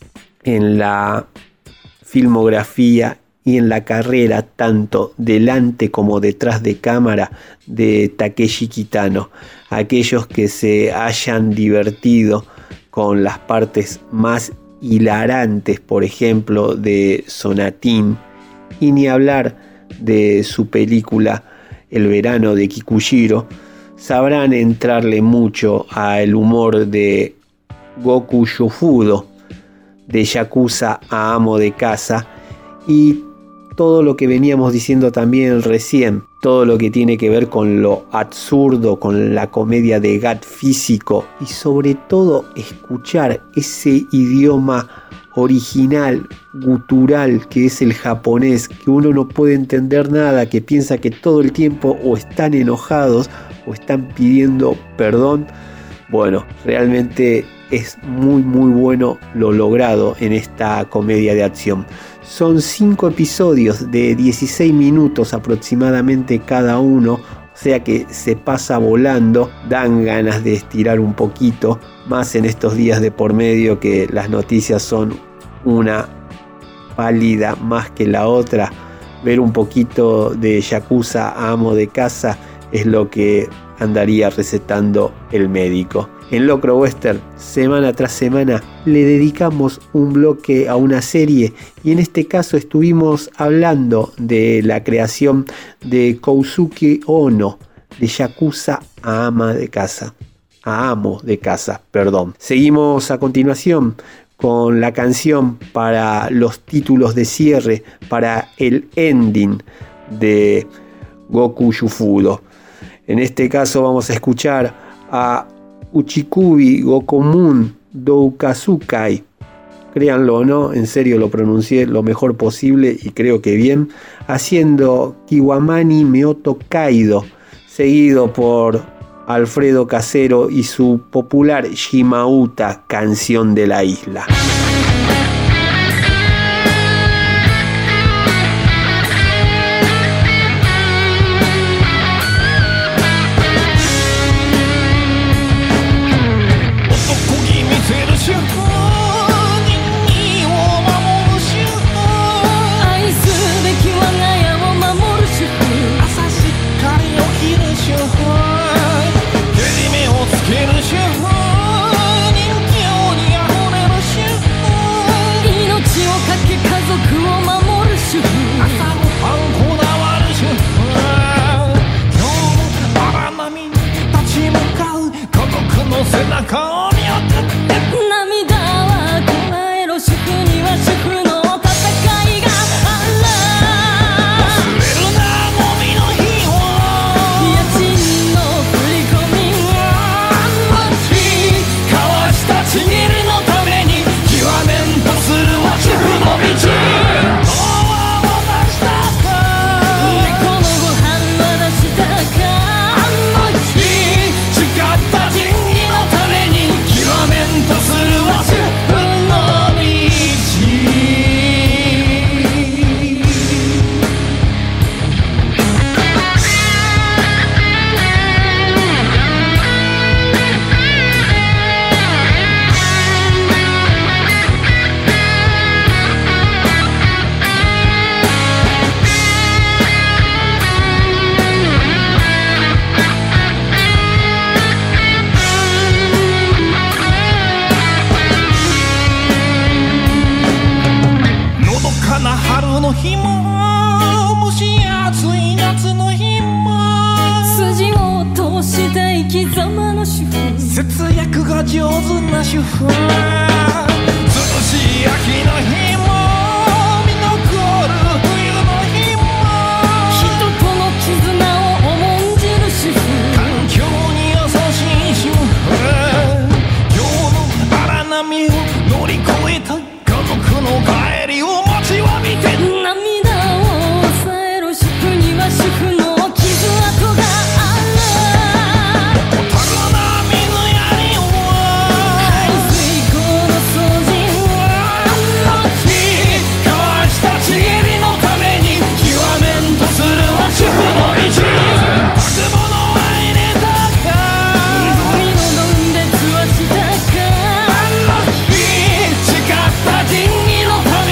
en la filmografía y en la carrera tanto delante como detrás de cámara de Takeshi Kitano. Aquellos que se hayan divertido con las partes más hilarantes, por ejemplo, de Sonatín, y ni hablar de su película El verano de Kikujiro, sabrán entrarle mucho al humor de Goku Shufudo, de Yakuza a amo de casa, y todo lo que veníamos diciendo también recién, todo lo que tiene que ver con lo absurdo, con la comedia de gat físico, y sobre todo escuchar ese idioma original, gutural, que es el japonés, que uno no puede entender nada, que piensa que todo el tiempo o están enojados o están pidiendo perdón. Bueno, realmente es muy bueno lo logrado en esta comedia de acción. Son 5 episodios de 16 minutos aproximadamente cada uno, o sea que se pasa volando, dan ganas de estirar un poquito, más en estos días de por medio que las noticias son una pálida más que la otra. Ver un poquito de Yakuza a amo de casa es lo que andaría recetando el médico. En Locro Western, semana tras semana, le dedicamos un bloque a una serie, y en este caso estuvimos hablando de la creación de Kousuke Ono, de Yakuza a amo de casa. Seguimos a continuación con la canción para los títulos de cierre, para el ending de Goku Shufudo. En este caso vamos a escuchar a Uchikubi Gokomon Doukazukai. Créanlo o no, en serio lo pronuncié lo mejor posible y creo que bien, haciendo Kiwamani Meoto Kaido, seguido por Alfredo Casero y su popular Shimauta, canción de la isla. 誓った仁義のた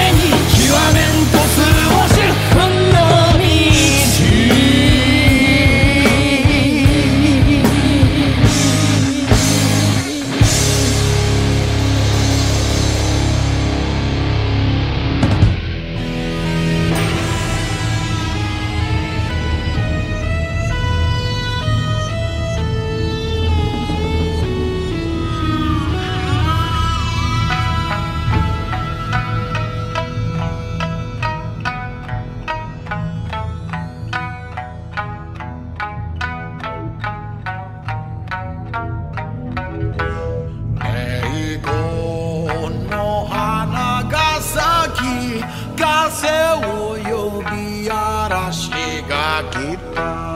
風を呼び嵐が来た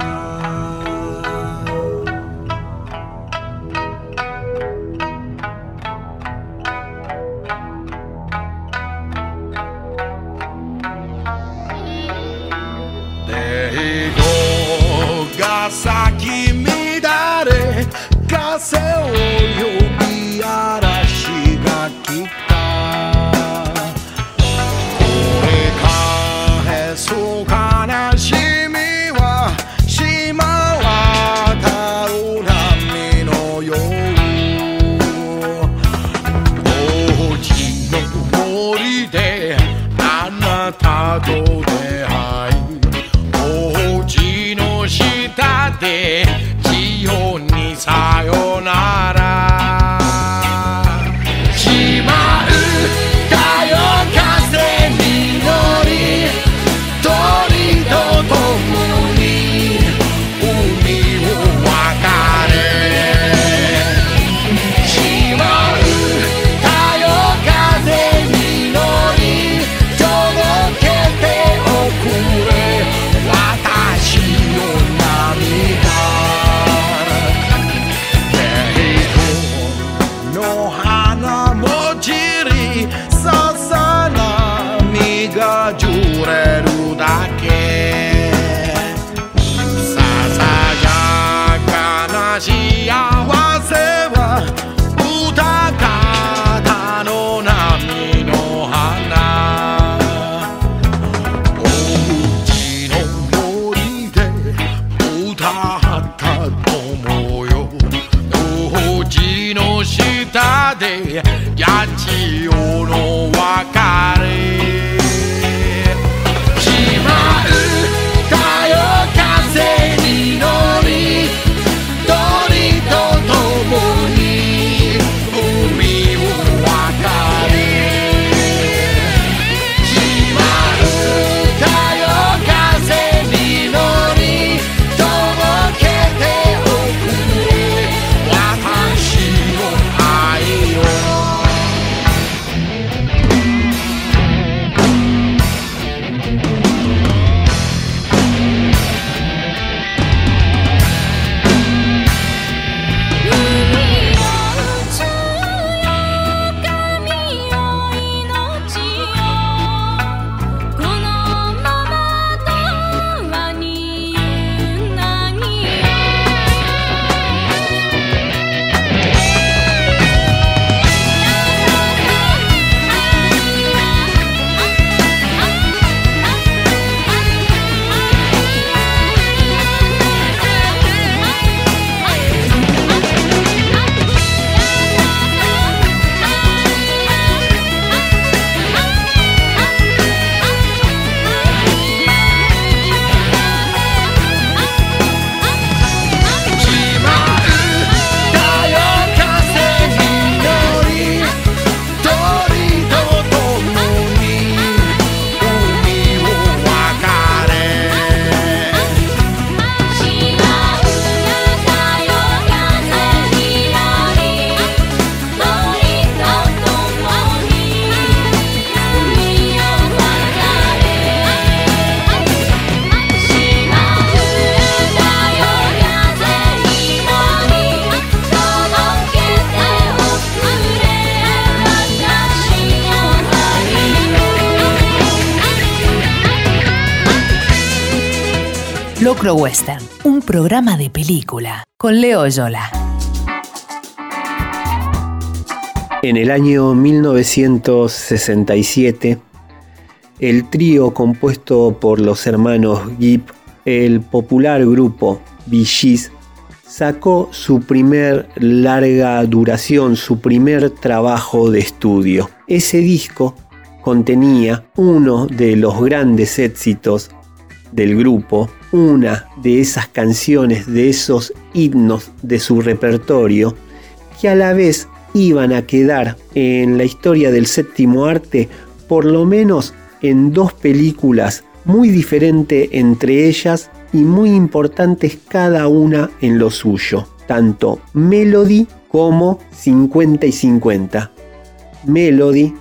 咲き乱れ風を呼び嵐が来たこれ返す悲しみは島渡る波のよう当時の森であなたと出会い王子の下でジオにさよならしまうだよ風に乗り鳥と共に海を渡れしまうだよ風に乗り届けておくれ私の涙の花も散りささ波が揺れるだけささやかな幸せは歌方の波の花おうちの森で歌った友よ王子の下で八千代の別れしまうだよ風に乗り鳥と共に海を渡れしまうだよ風に乗り届けておくれ私の愛を Locro Western, un programa de película con Leo Yola. En el año 1967, el trío compuesto por los hermanos Gibb, el popular grupo Bee Gees, sacó su primer larga duración, su primer trabajo de estudio. Ese disco contenía uno de los grandes éxitos del grupo, una de esas canciones, de esos himnos de su repertorio, que a la vez iban a quedar en la historia del séptimo arte, por lo menos en dos películas muy diferentes entre ellas y muy importantes cada una en lo suyo, tanto Melody como 50 y 50. Melody,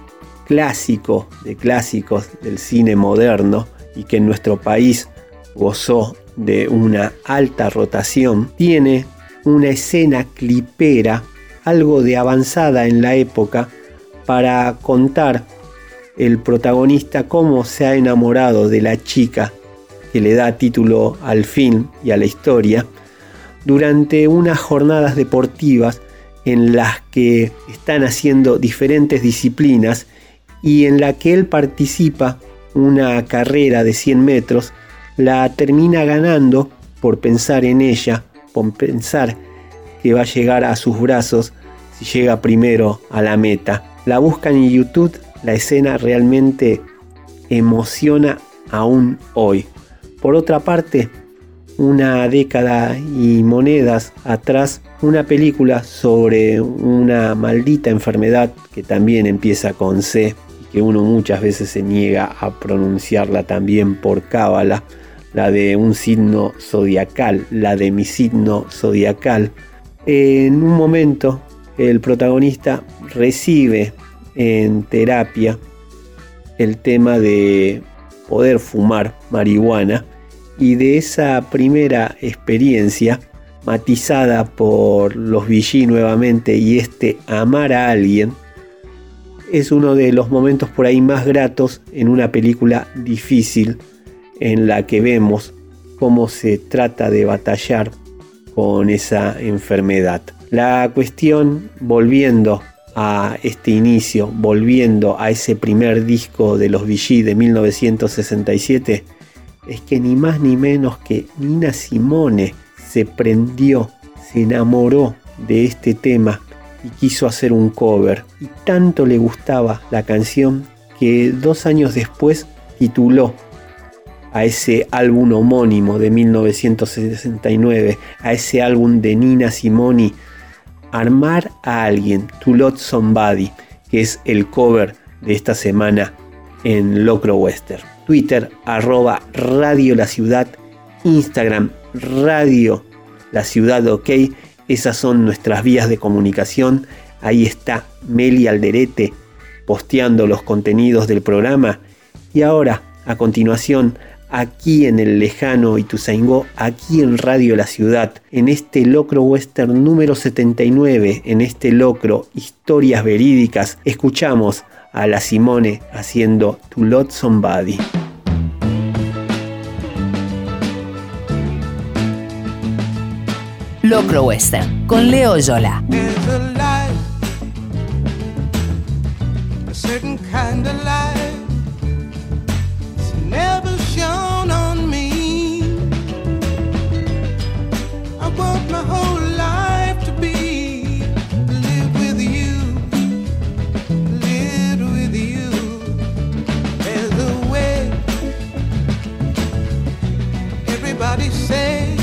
clásico de clásicos del cine moderno y que en nuestro país gozó de una alta rotación, tiene una escena clipera algo de avanzada en la época para contar el protagonista cómo se ha enamorado de la chica que le da título al film y a la historia durante unas jornadas deportivas en las que están haciendo diferentes disciplinas y en la que él participa una carrera de 100 metros, la termina ganando por pensar en ella, por pensar que va a llegar a sus brazos si llega primero a la meta. La buscan en YouTube, la escena realmente emociona aún hoy. Por otra parte, una década y monedas atrás, una película sobre una maldita enfermedad que también empieza con C y que uno muchas veces se niega a pronunciarla también por cábala, la de un signo zodiacal, la de mi signo zodiacal. En un momento el protagonista recibe en terapia el tema de poder fumar marihuana, y de esa primera experiencia, matizada por los VG nuevamente y amar a alguien, es uno de los momentos por ahí más gratos en una película difícil en la que vemos cómo se trata de batallar con esa enfermedad. La cuestión, volviendo a este inicio, volviendo a ese primer disco de los VG de 1967, es que ni más ni menos que Nina Simone se prendió, se enamoró de este tema y quiso hacer un cover. Y tanto le gustaba la canción que 2 años después tituló a ese álbum homónimo de 1969, a ese álbum de Nina Simone, Armar a alguien, To Love Somebody, que es el cover de esta semana en Locro Western. Twitter, @Radio La Ciudad, Instagram, Radio La Ciudad OK. Esas son nuestras vías de comunicación. Ahí está Meli Alderete posteando los contenidos del programa. Y ahora, a continuación, aquí en el lejano Ituzaingó, aquí en Radio La Ciudad, en este Locro Western número 79, en este Locro Historias Verídicas, escuchamos a la Simone haciendo To Love Somebody. Locro Western con Leo Yola. Say,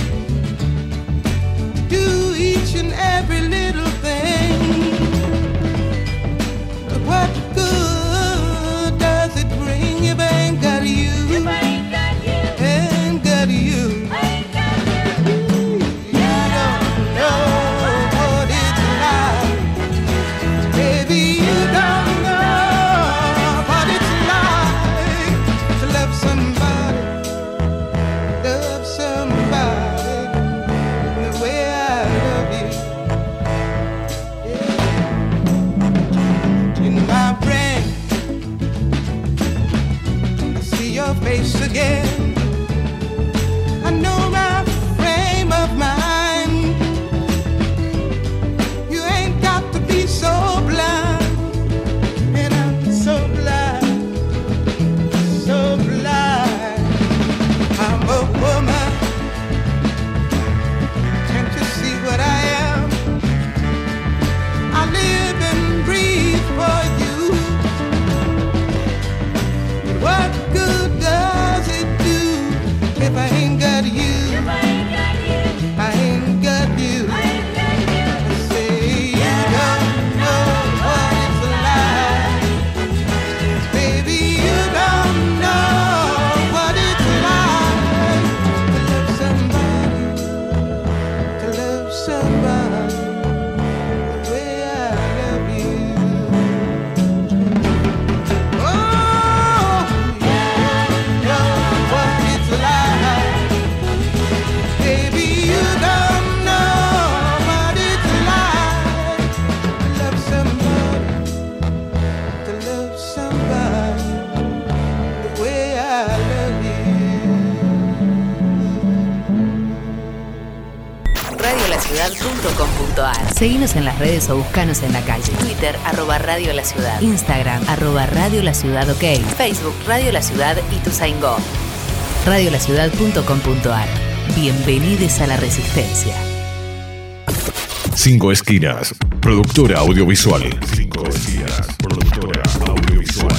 do each and every little thing. What good does it bring if I ain't got you? If I ain't got you, ain't got you. Ain't got you. You don't know what it's like, baby. You don't know what it's like to love somebody. Face again, I know my frame of mind. You ain't got to be so blind, and I'm so blind, so blind. I'm a woman, can't you see what I am? I live and breathe for you. What good does it do radiolaciudad.com.ar. Seguinos en las redes o buscanos en la calle. Twitter, @Radio La Ciudad. Instagram, @Radio La Ciudad OK. Facebook, Radio La Ciudad y Ituzaingó. radiolaciudad.com.ar. Bienvenidos a la Resistencia. 5 Esquinas, productora audiovisual. 5 Esquinas, productora audiovisual.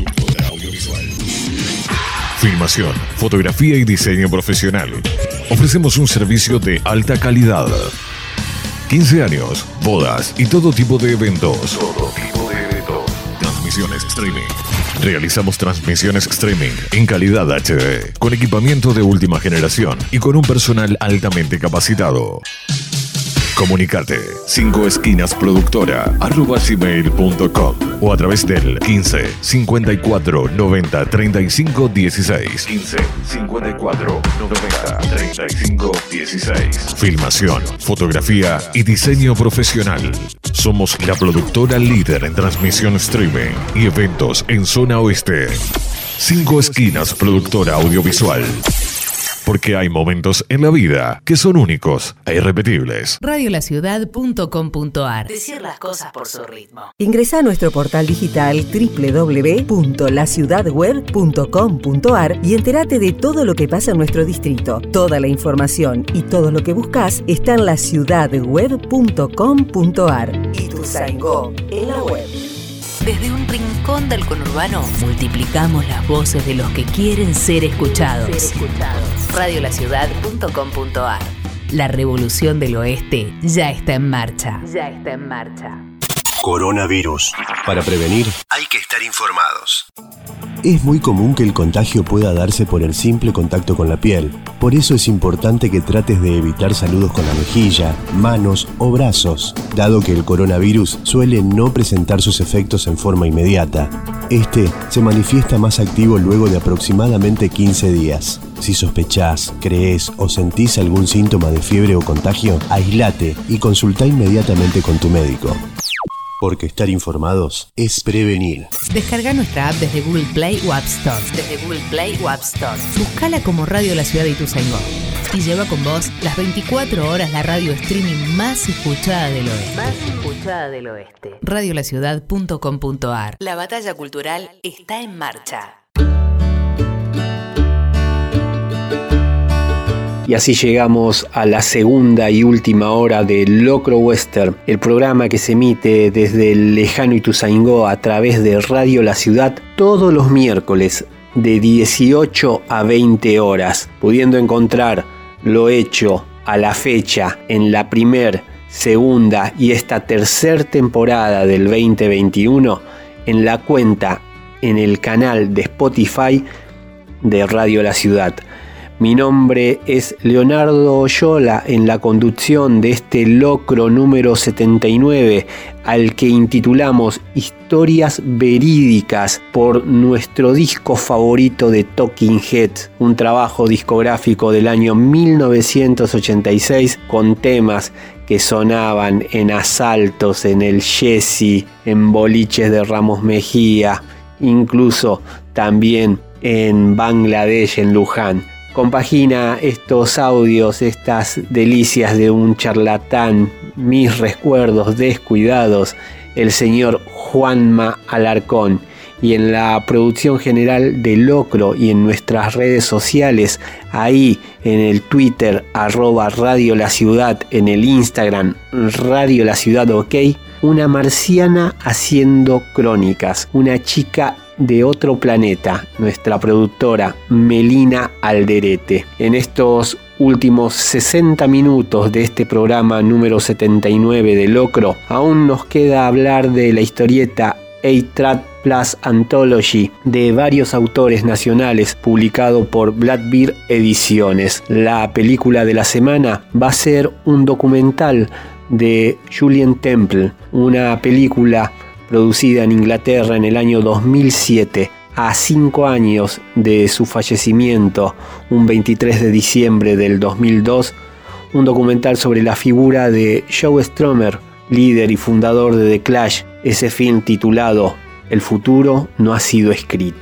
Filmación, fotografía y diseño profesional. Ofrecemos un servicio de alta calidad. 15 años, bodas y todo tipo de eventos. Transmisiones streaming. Realizamos transmisiones streaming en calidad HD, con equipamiento de última generación y con un personal altamente capacitado. Comunicate 5 Esquinas Productora @gmail.com o a través del 15 54 90 35 16. 15 54 90 35 16. Filmación, fotografía y diseño profesional. Somos la productora líder en transmisión streaming y eventos en zona oeste. 5 Esquinas Productora Audiovisual. Porque hay momentos en la vida que son únicos e irrepetibles. radiolaciudad.com.ar. Decir las cosas por su ritmo. Ingresá a nuestro portal digital www.laciudadweb.com.ar y entérate de todo lo que pasa en nuestro distrito. Toda la información y todo lo que buscas está en laciudadweb.com.ar. Ituzaingó en la web. Desde un rincón del conurbano, multiplicamos las voces de los que quieren ser escuchados. radiolaciudad.com.ar. La revolución del oeste ya está en marcha. Coronavirus. Para prevenir, hay que estar informados. Es muy común que el contagio pueda darse por el simple contacto con la piel. Por eso es importante que trates de evitar saludos con la mejilla, manos o brazos, dado que el coronavirus suele no presentar sus efectos en forma inmediata. Este se manifiesta más activo luego de aproximadamente 15 días. Si sospechás, crees o sentís algún síntoma de fiebre o contagio, aislate y consultá inmediatamente con tu médico. Porque estar informados es prevenir. Descarga nuestra app desde Google Play o App Store. Buscala como Radio La Ciudad de Ituzaingó. Y lleva con vos las 24 horas la radio streaming más escuchada del oeste. radiolaciudad.com.ar. La batalla cultural está en marcha. Y así llegamos a la segunda y última hora de Locro Western, el programa que se emite desde el lejano Ituzaingó a través de Radio La Ciudad todos los miércoles de 18 a 20 horas, pudiendo encontrar lo hecho a la fecha en la primer, segunda y esta tercera temporada del 2021 en la cuenta en el canal de Spotify de Radio La Ciudad. Mi nombre es Leonardo Oyola en la conducción de este locro número 79 al que intitulamos Historias Verídicas por nuestro disco favorito de Talking Heads, un trabajo discográfico del año 1986 con temas que sonaban en asaltos, en el Jesse, en boliches de Ramos Mejía, incluso también en Bangladesh, en Luján. Compagina estos audios, estas delicias de un charlatán, mis recuerdos descuidados, el señor Juanma Alarcón. Y en la producción general de Locro y en nuestras redes sociales, ahí en el Twitter @Radio La Ciudad, en el Instagram Radio La Ciudad OK, una marciana haciendo crónicas, una chica de otro planeta, nuestra productora Melina Alderete. En estos últimos 60 minutos de este programa número 79 de Locro, aún nos queda hablar de la historieta A-Trat Plus Anthology de varios autores nacionales, publicado por Blackbeard Ediciones. La película de la semana va a ser un documental de Julien Temple, una película producida en Inglaterra en el año 2007, a 5 años de su fallecimiento, un 23 de diciembre del 2002, un documental sobre la figura de Joe Strummer, líder y fundador de The Clash, ese film titulado El futuro no ha sido escrito.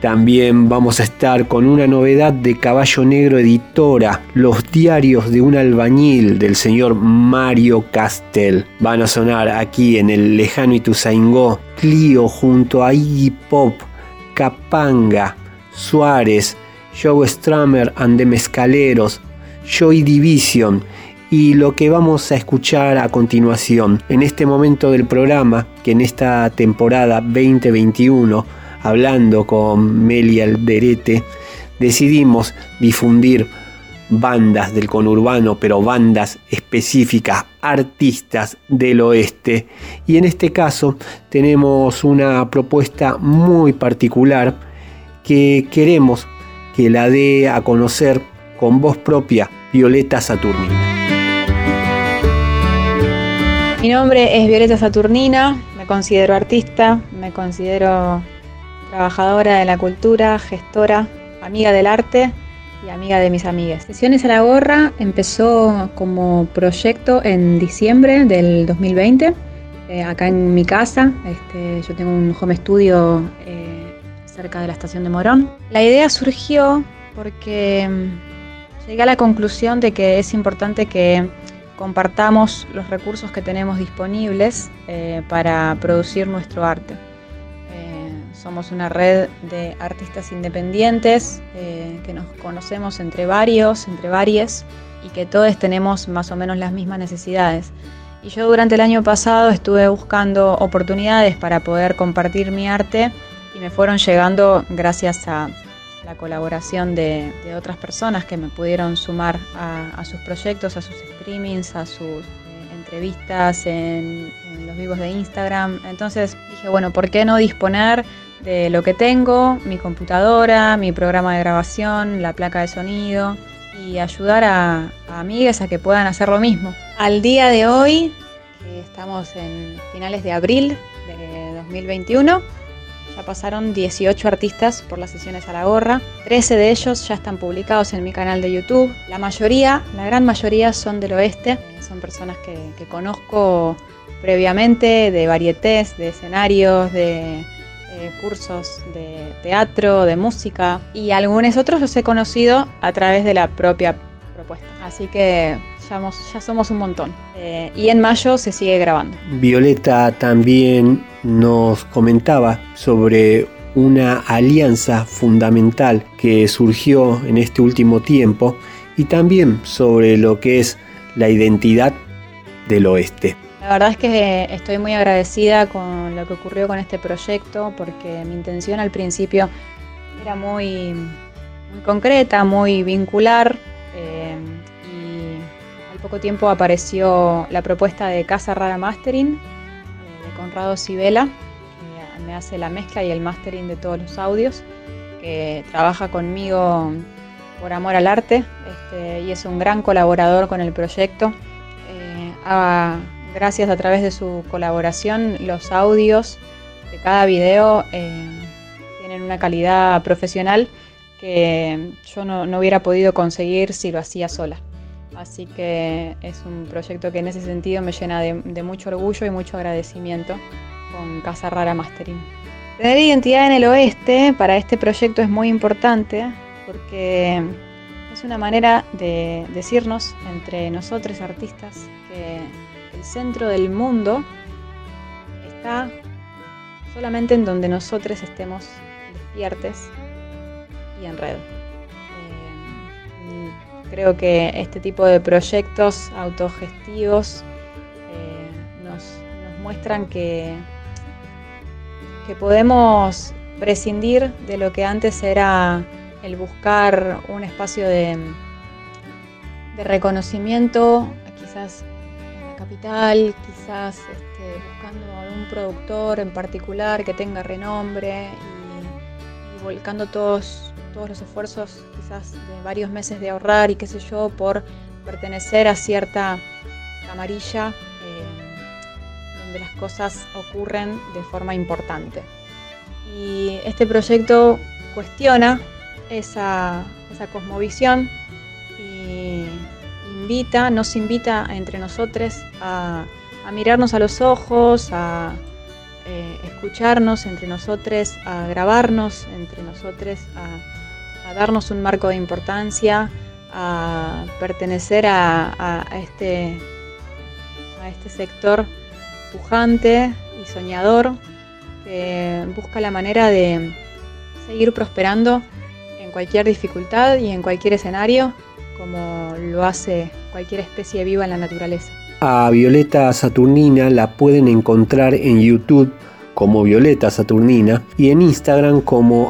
También vamos a estar con una novedad de Caballo Negro Editora, Los diarios de un albañil, del señor Mario Castel. Van a sonar aquí en el lejano Ituzaingó, Clio junto a Iggy Pop, Capanga, Suárez, Joe Strummer and the Mezcaleros, Joy Division y lo que vamos a escuchar a continuación en este momento del programa, que en esta temporada 2021, hablando con Meli Alderete, decidimos difundir bandas del conurbano, pero bandas específicas, artistas del oeste. Y en este caso tenemos una propuesta muy particular que queremos que la dé a conocer con voz propia Violeta Saturnina. Mi nombre es Violeta Saturnina, me considero artista, me considero trabajadora de la cultura, gestora, amiga del arte y amiga de mis amigas. Sesiones a la Gorra empezó como proyecto en diciembre del 2020, acá en mi casa. Yo tengo un home studio cerca de la estación de Morón. La idea surgió porque llegué a la conclusión de que es importante que compartamos los recursos que tenemos disponibles para producir nuestro arte. Somos una red de artistas independientes que nos conocemos entre varios, entre varias, y que todos tenemos más o menos las mismas necesidades. Y yo durante el año pasado estuve buscando oportunidades para poder compartir mi arte y me fueron llegando gracias a la colaboración de otras personas que me pudieron sumar a sus proyectos, a sus streamings, a sus entrevistas en los vivos de Instagram. Entonces dije, bueno, ¿por qué no disponer de lo que tengo, mi computadora, mi programa de grabación, la placa de sonido, y ayudar a amigas a que puedan hacer lo mismo? Al día de hoy, que estamos en finales de abril de 2021, ya pasaron 18 artistas por las sesiones a la Gorra. 13 de ellos ya están publicados en mi canal de YouTube. La gran mayoría son del oeste. Son personas que conozco previamente, de varietés, de escenarios, de cursos de teatro, de música. Y algunos otros los he conocido a través de la propia propuesta. Así que ya somos un montón. Y en mayo se sigue grabando. Violeta también nos comentaba sobre una alianza fundamental que surgió en este último tiempo y también sobre lo que es la identidad del oeste. La verdad es que estoy muy agradecida con lo que ocurrió con este proyecto, porque mi intención al principio era muy concreta, muy vincular, y al poco tiempo apareció la propuesta de Casa Rara Mastering, de Conrado Sibela, que me hace la mezcla y el mastering de todos los audios, que trabaja conmigo por amor al arte, y es un gran colaborador con el proyecto. Gracias a través de su colaboración, los audios de cada video tienen una calidad profesional que yo no hubiera podido conseguir si lo hacía sola. Así que es un proyecto que en ese sentido me llena de mucho orgullo y mucho agradecimiento con Casa Rara Mastering. Tener identidad en el oeste para este proyecto es muy importante porque es una manera de decirnos entre nosotros artistas que el centro del mundo está solamente en donde nosotros estemos despiertes y en red. Creo que este tipo de proyectos autogestivos nos muestran que podemos prescindir de lo que antes era el buscar un espacio de reconocimiento, quizás en la capital, quizás buscando a un productor en particular que tenga renombre y volcando todos los esfuerzos quizás de varios meses de ahorrar y qué sé yo, por pertenecer a cierta camarilla donde las cosas ocurren de forma importante. Y este proyecto cuestiona esa cosmovisión y nos invita entre nosotros a mirarnos a los ojos, a escucharnos entre nosotros, a grabarnos entre nosotros, a darnos un marco de importancia, a pertenecer a este sector pujante y soñador que busca la manera de seguir prosperando en cualquier dificultad y en cualquier escenario, como lo hace cualquier especie viva en la naturaleza. A Violeta Saturnina la pueden encontrar en YouTube como Violeta Saturnina y en Instagram como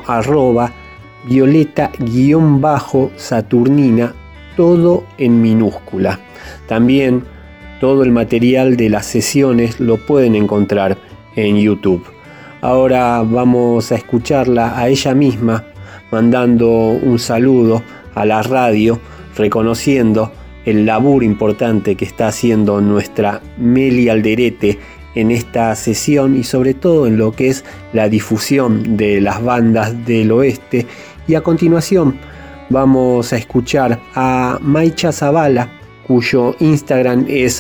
@Violeta_Saturnina, todo en minúscula. También todo el material de las sesiones lo pueden encontrar en YouTube. Ahora vamos a escucharla a ella misma mandando un saludo a la radio, reconociendo el laburo importante que está haciendo nuestra Meli Alderete en esta sesión y sobre todo en lo que es la difusión de las bandas del oeste. Y a continuación vamos a escuchar a Maicha Zavala, cuyo Instagram es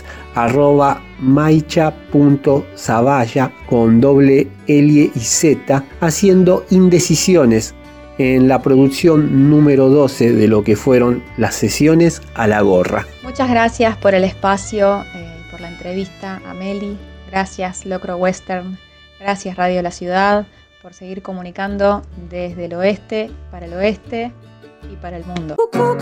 @maicha.zavalla con doble L y Z, haciendo Indecisiones en la producción número 12 de lo que fueron las sesiones a la gorra. Muchas gracias por el espacio, por la entrevista a Meli. Gracias Locro Western, gracias Radio La Ciudad por seguir comunicando desde el oeste para el mundo.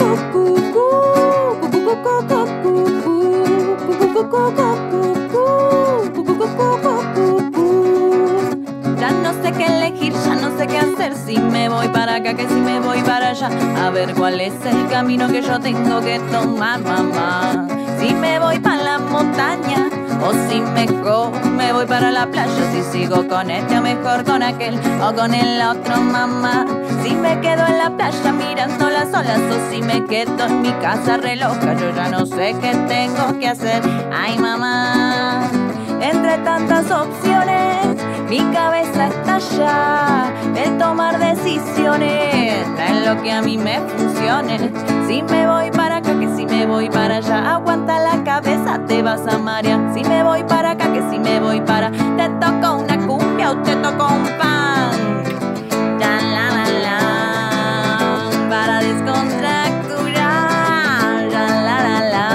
Ya no sé qué elegir, ya no sé qué hacer, si me voy para acá, que si me voy para allá, a ver cuál es el camino que yo tengo que tomar, mamá. Si me voy para la montaña o si mejor me voy para la playa, si sigo con este o mejor con aquel o con el otro, mamá. Si me quedo en la playa mirando las olas o si me quedo en mi casa re loca, yo ya no sé qué tengo que hacer, ay mamá. Entre tantas opciones mi cabeza estalla, el tomar decisiones en lo que a mí me funcione. Si me voy para acá, que si me voy para allá, aguanta la cabeza, te vas a marear. Si me voy para acá, que si me voy para, te toco una cumbia o te toco un pan. Ya la la la, para descontracturar. Ya la la la.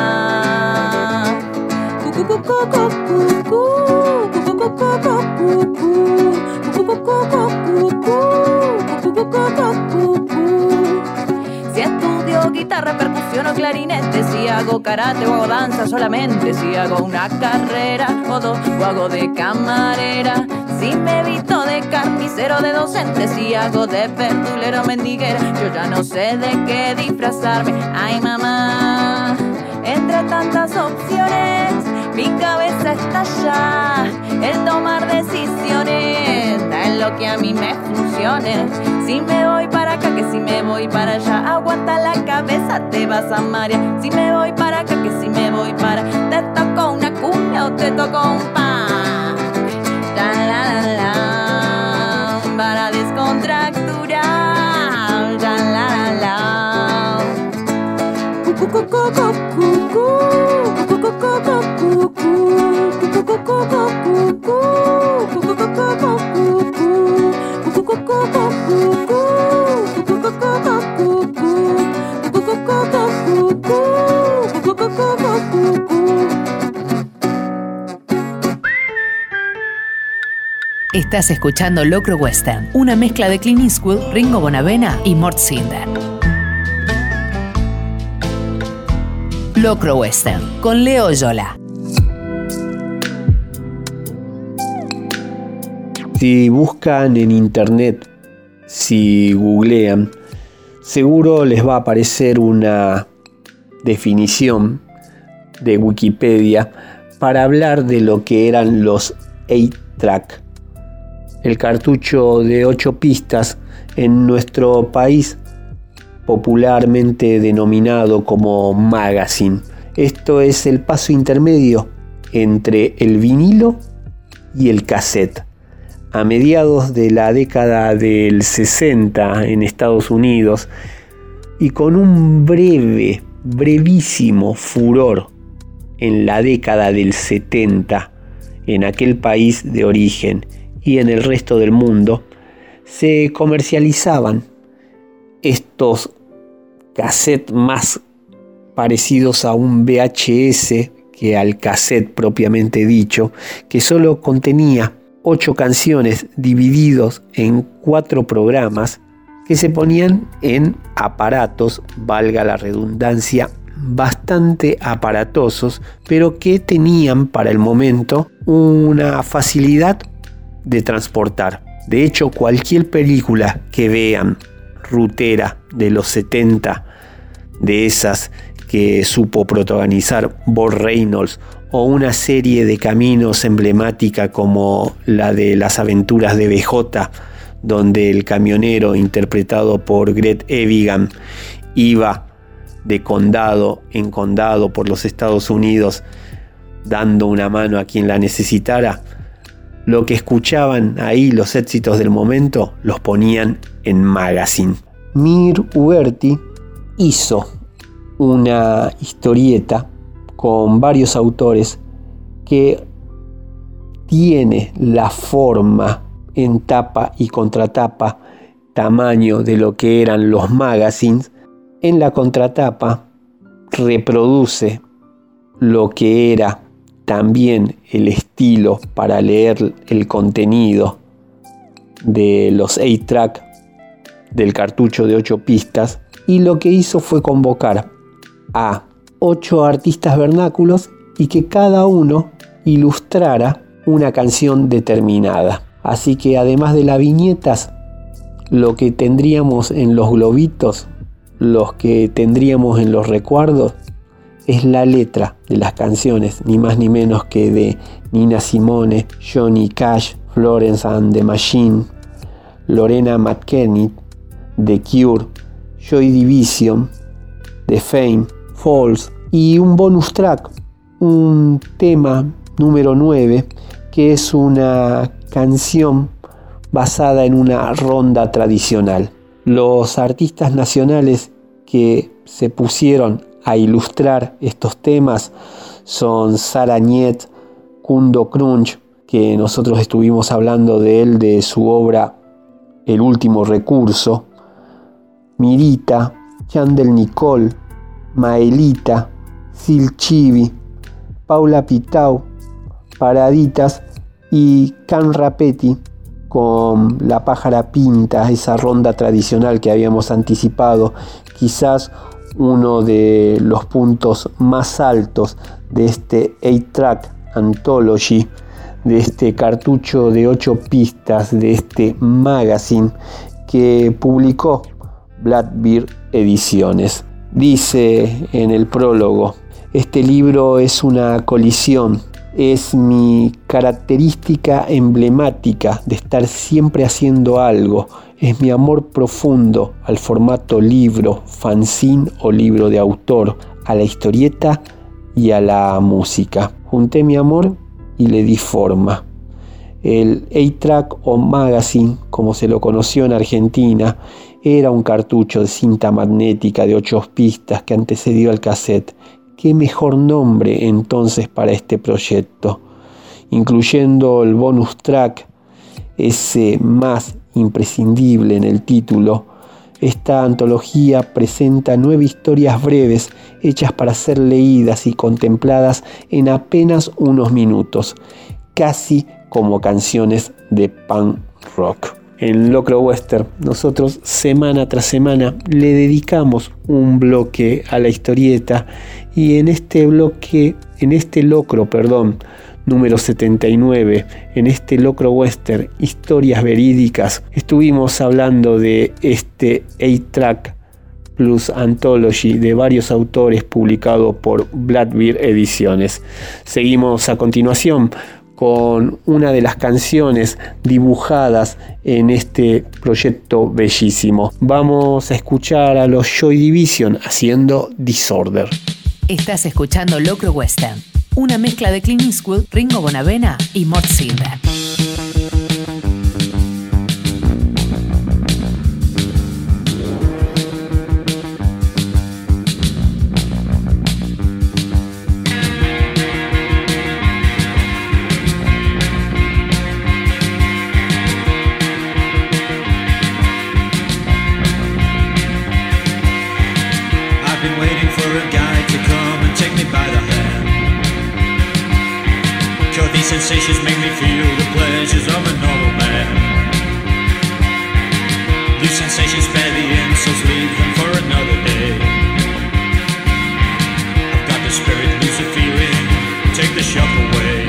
Si estudio guitarra, percusión o clarinete, si hago karate o hago danza solamente, si hago una carrera o dos o hago de camarera, si me visto de carnicero, de docente, si hago de verdulero, mendiguera, yo ya no sé de qué disfrazarme, ay mamá. Entre tantas opciones mi cabeza estalla, el tomar decisiones en lo que a mí me funcione. Si me voy para acá, que si me voy para allá, aguanta la cabeza, te vas a marear. Si me voy para acá, que si me voy para, te toco una cumbia o te toco un pan. La la la la, para descontracturar. La la la la. Estás escuchando Locro Western, una mezcla de Clint Eastwood, Ringo Bonavena y Mort Sinder. Locro Western, con Leo Yola. Si buscan en internet, si googlean, seguro les va a aparecer una definición de Wikipedia para hablar de lo que eran los 8-track, el cartucho de 8 pistas en nuestro país popularmente denominado como magazine. Esto es el paso intermedio entre el vinilo y el cassette. A mediados de la década del 60 en Estados Unidos y con un brevísimo furor en la década del 70 en aquel país de origen y en el resto del mundo se comercializaban estos cassettes más parecidos a un VHS que al cassette propiamente dicho, que solo contenía 8 canciones divididos en 4 programas que se ponían en aparatos, valga la redundancia, bastante aparatosos, pero que tenían para el momento una facilidad de transportar. De hecho, cualquier película que vean rutera de los 70, de esas que supo protagonizar Burt Reynolds, o una serie de caminos emblemática como la de Las aventuras de BJ, donde el camionero interpretado por Greg Evigan iba de condado en condado por los Estados Unidos dando una mano a quien la necesitara. Lo que escuchaban ahí, los éxitos del momento, los ponían en Magazine. Mir Uberti hizo una historieta con varios autores que tiene la forma en tapa y contratapa, tamaño de lo que eran los magazines. En la contratapa reproduce lo que era también el estilo para leer el contenido de los 8-track del cartucho de 8 pistas, y lo que hizo fue convocar a 8 artistas vernáculos y que cada uno ilustrara una canción determinada. Así que además de las viñetas, lo que tendríamos en los globitos, los que tendríamos en los recuerdos, es la letra de las canciones, ni más ni menos que de Nina Simone, Johnny Cash, Florence and the Machine, Lorena McKennitt, The Cure, Joy Division, The Fame, Falls, y un bonus track, un tema número 9, que es una canción basada en una ronda tradicional. Los artistas nacionales que se pusieron a ilustrar estos temas son Sara Niet, Kundo Crunch, que nosotros estuvimos hablando de él, de su obra El último recurso, Mirita, Chandel Nicole, Maelita, Sil Chivi, Paula Pitau, Paraditas y Can Rapetti con La pájara pinta, esa ronda tradicional que habíamos anticipado, quizás uno de los puntos más altos de este 8-track Anthology, de este cartucho de 8 pistas, de este magazine que publicó Blackbeard Ediciones. Dice en el prólogo: este libro es una colisión, es mi característica emblemática de estar siempre haciendo algo, es mi amor profundo al formato libro, fanzine o libro de autor, a la historieta y a la música. Junté mi amor y le di forma. El 8-track o magazine, como se lo conoció en Argentina, era un cartucho de cinta magnética de 8 pistas que antecedió al cassette. ¿Qué mejor nombre entonces para este proyecto? Incluyendo el bonus track, ese más imprescindible en el título, esta antología presenta 9 historias breves hechas para ser leídas y contempladas en apenas unos minutos, casi como canciones de punk rock. En Locro Western, nosotros semana tras semana le dedicamos un bloque a la historieta, y en este locro número 79, en este Locro Western, historias verídicas, estuvimos hablando de este 8-track plus Anthology de varios autores publicado por Blackbeard Ediciones. Seguimos a continuación con una de las canciones dibujadas en este proyecto bellísimo. Vamos a escuchar a los Joy Division haciendo Disorder. Estás escuchando Locro Western, una mezcla de Clint Eastwood, Ringo Bonavena y Mort Silver. been waiting for a guy to come and take me by the hand. Cure these sensations, make me feel the pleasures of a normal man. These sensations spare the insults, leave them for another day. I've got the spirit, lose the feeling, take the shock away.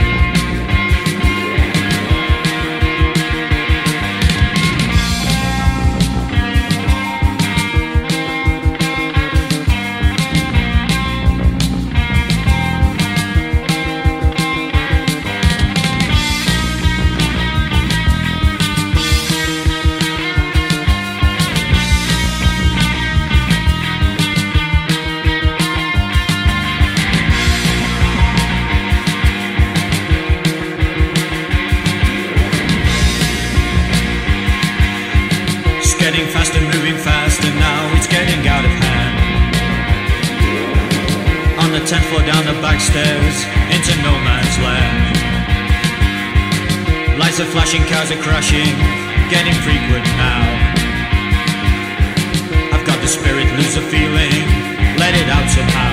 Faster, moving faster, now it's getting out of hand. On the 10th floor, down the back stairs, into no man's land. Lights are flashing, cars are crashing, getting frequent now. I've got the spirit, lose the feeling, let it out somehow.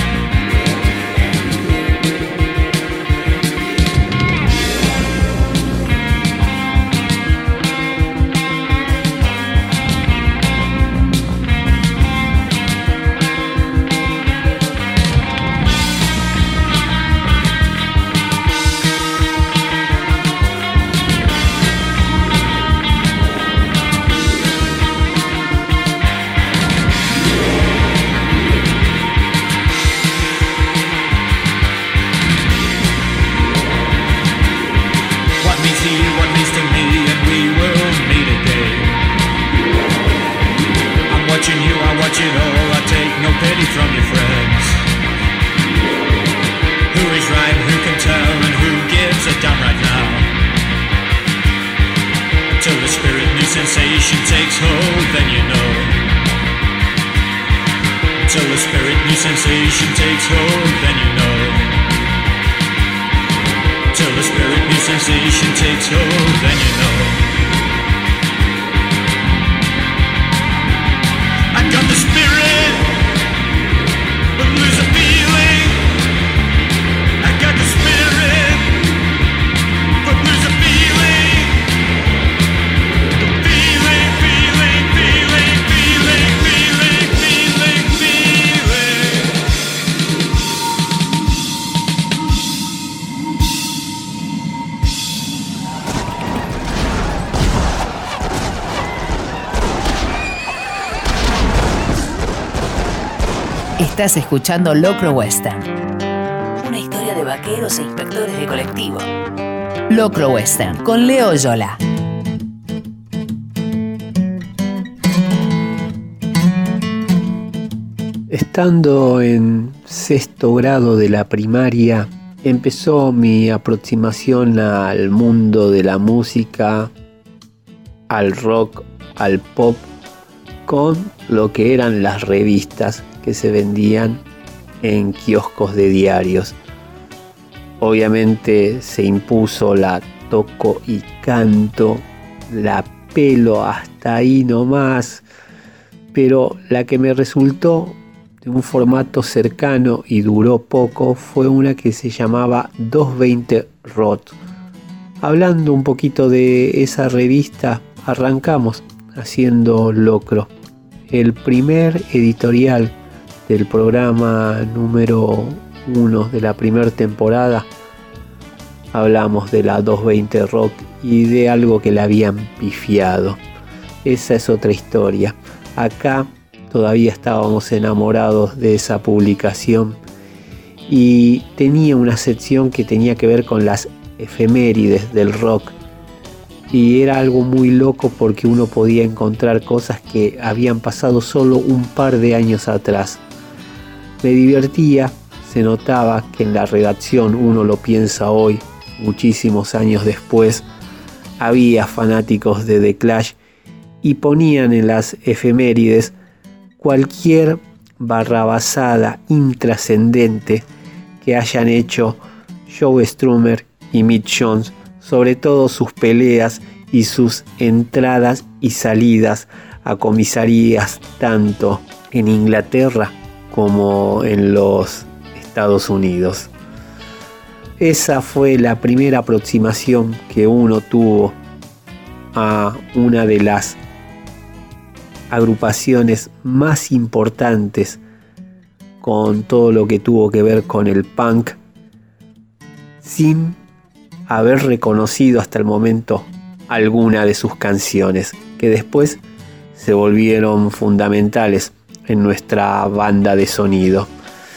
Sensation takes hold, then you know. Till the spirit, new sensation takes hold, then you know. Till the spirit, new sensation takes hold, then you know. I got the spirit, but lose a feeling. I got the spirit, but lose a feeling. Estás escuchando Locro Western, una historia de vaqueros e inspectores de colectivo. Locro Western, con Leo Yola. Estando en 6º grado de la primaria, empezó mi aproximación al mundo de la música, al rock, al pop, con lo que eran las revistas que se vendían en kioscos de diarios. Obviamente se impuso la toco y canto, la pelo hasta ahí nomás, pero la que me resultó de un formato cercano y duró poco fue una que se llamaba 220 Rot. Hablando un poquito de esa revista, arrancamos haciendo Locro. El primer editorial del programa número 1 de la primera temporada, hablamos de la 220 Rock y de algo que le habían pifiado. Esa es otra historia. Acá todavía estábamos enamorados de esa publicación y tenía una sección que tenía que ver con las efemérides del rock. Y era algo muy loco porque uno podía encontrar cosas que habían pasado solo un par de años atrás. Me divertía, se notaba que en la redacción, uno lo piensa hoy, muchísimos años después, había fanáticos de The Clash y ponían en las efemérides cualquier barrabasada intrascendente que hayan hecho Joe Strummer y Mick Jones, sobre todo sus peleas y sus entradas y salidas a comisarías tanto en Inglaterra como en los Estados Unidos. Esa fue la primera aproximación que uno tuvo a una de las agrupaciones más importantes con todo lo que tuvo que ver con el punk, sin haber reconocido hasta el momento alguna de sus canciones, que después se volvieron fundamentales en nuestra banda de sonido.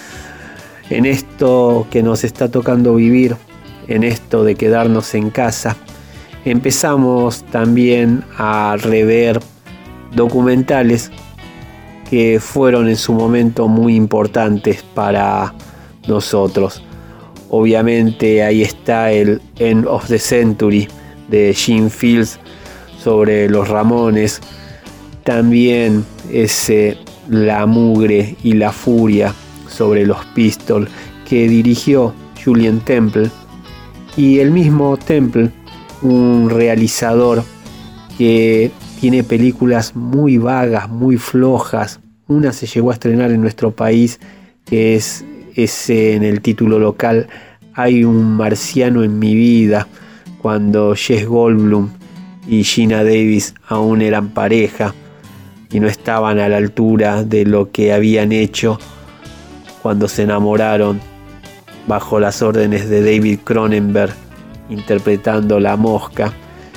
En esto que nos está tocando vivir, en esto de quedarnos en casa, empezamos también a rever documentales que fueron en su momento muy importantes para nosotros. Obviamente ahí está el End of the Century de Gene Fields sobre los Ramones. También ese La Mugre y la Furia sobre los Pistols, que dirigió Julien Temple. Y el mismo Temple, un realizador que tiene películas muy vagas, muy flojas. Una se llegó a estrenar en nuestro país, que es en el título local Hay un marciano en mi vida, cuando Jeff Goldblum y Gina Davis aún eran pareja y no estaban a la altura de lo que habían hecho cuando se enamoraron bajo las órdenes de David Cronenberg, interpretando La Mosca.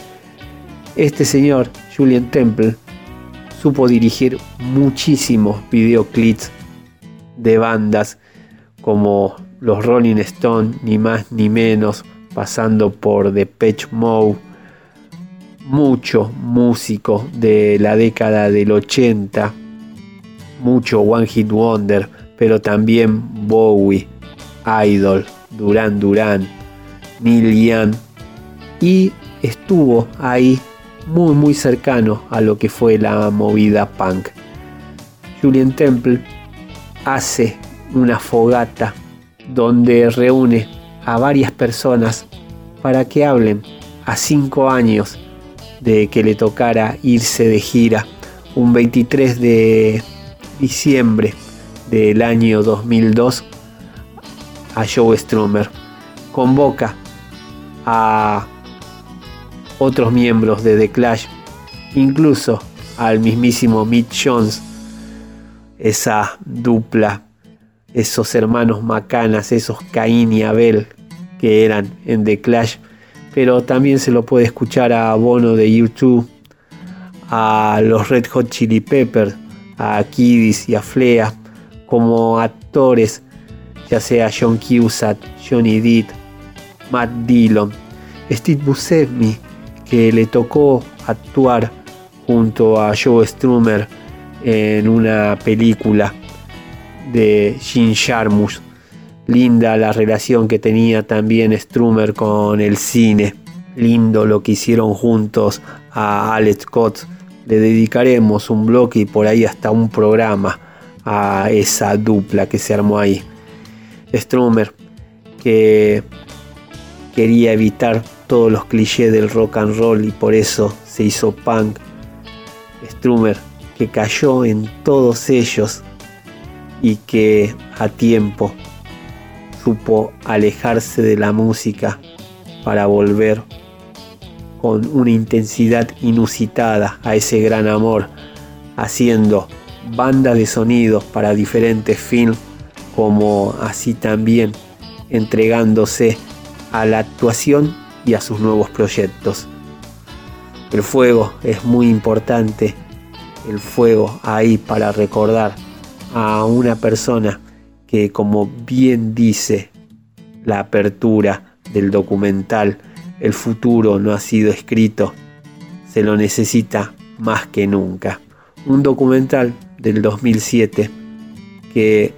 Este señor, Julien Temple, supo dirigir muchísimos videoclips de bandas como los Rolling Stones, ni más ni menos, pasando por Depeche Mode, mucho músico de la década del 80, mucho One Hit Wonder, pero también Bowie, Idol, Duran Duran, Neil Young, y estuvo ahí muy cercano a lo que fue la movida punk. Julien Temple hace una fogata donde reúne a varias personas para que hablen a 5 años de que le tocara irse de gira. Un 23 de diciembre del año 2002, a Joe Strummer convoca a otros miembros de The Clash, incluso al mismísimo Mitch Jones, esa dupla, esos hermanos macanas, esos Caín y Abel que eran en The Clash, pero también se lo puede escuchar a Bono de U2, a los Red Hot Chili Peppers, a Kiddis y a Flea, como actores, ya sea John Cusack, Johnny Depp, Matt Dillon, Steve Buscemi, que le tocó actuar junto a Joe Strummer en una película de Jim Jarmusch. Linda la relación que tenía también Strummer con el cine. Lindo lo que hicieron juntos a Alex Scott. Le dedicaremos un bloque y por ahí hasta un programa a esa dupla que se armó ahí. Strummer, que quería evitar todos los clichés del rock and roll y por eso se hizo punk. Strummer, que cayó en todos ellos y que a tiempo supo alejarse de la música para volver con una intensidad inusitada a ese gran amor, haciendo bandas de sonidos para diferentes films, como así también entregándose a la actuación y a sus nuevos proyectos. El fuego es muy importante, el fuego ahí para recordar a una persona que, como bien dice la apertura del documental, el futuro no ha sido escrito, se lo necesita más que nunca. Un documental del 2007 que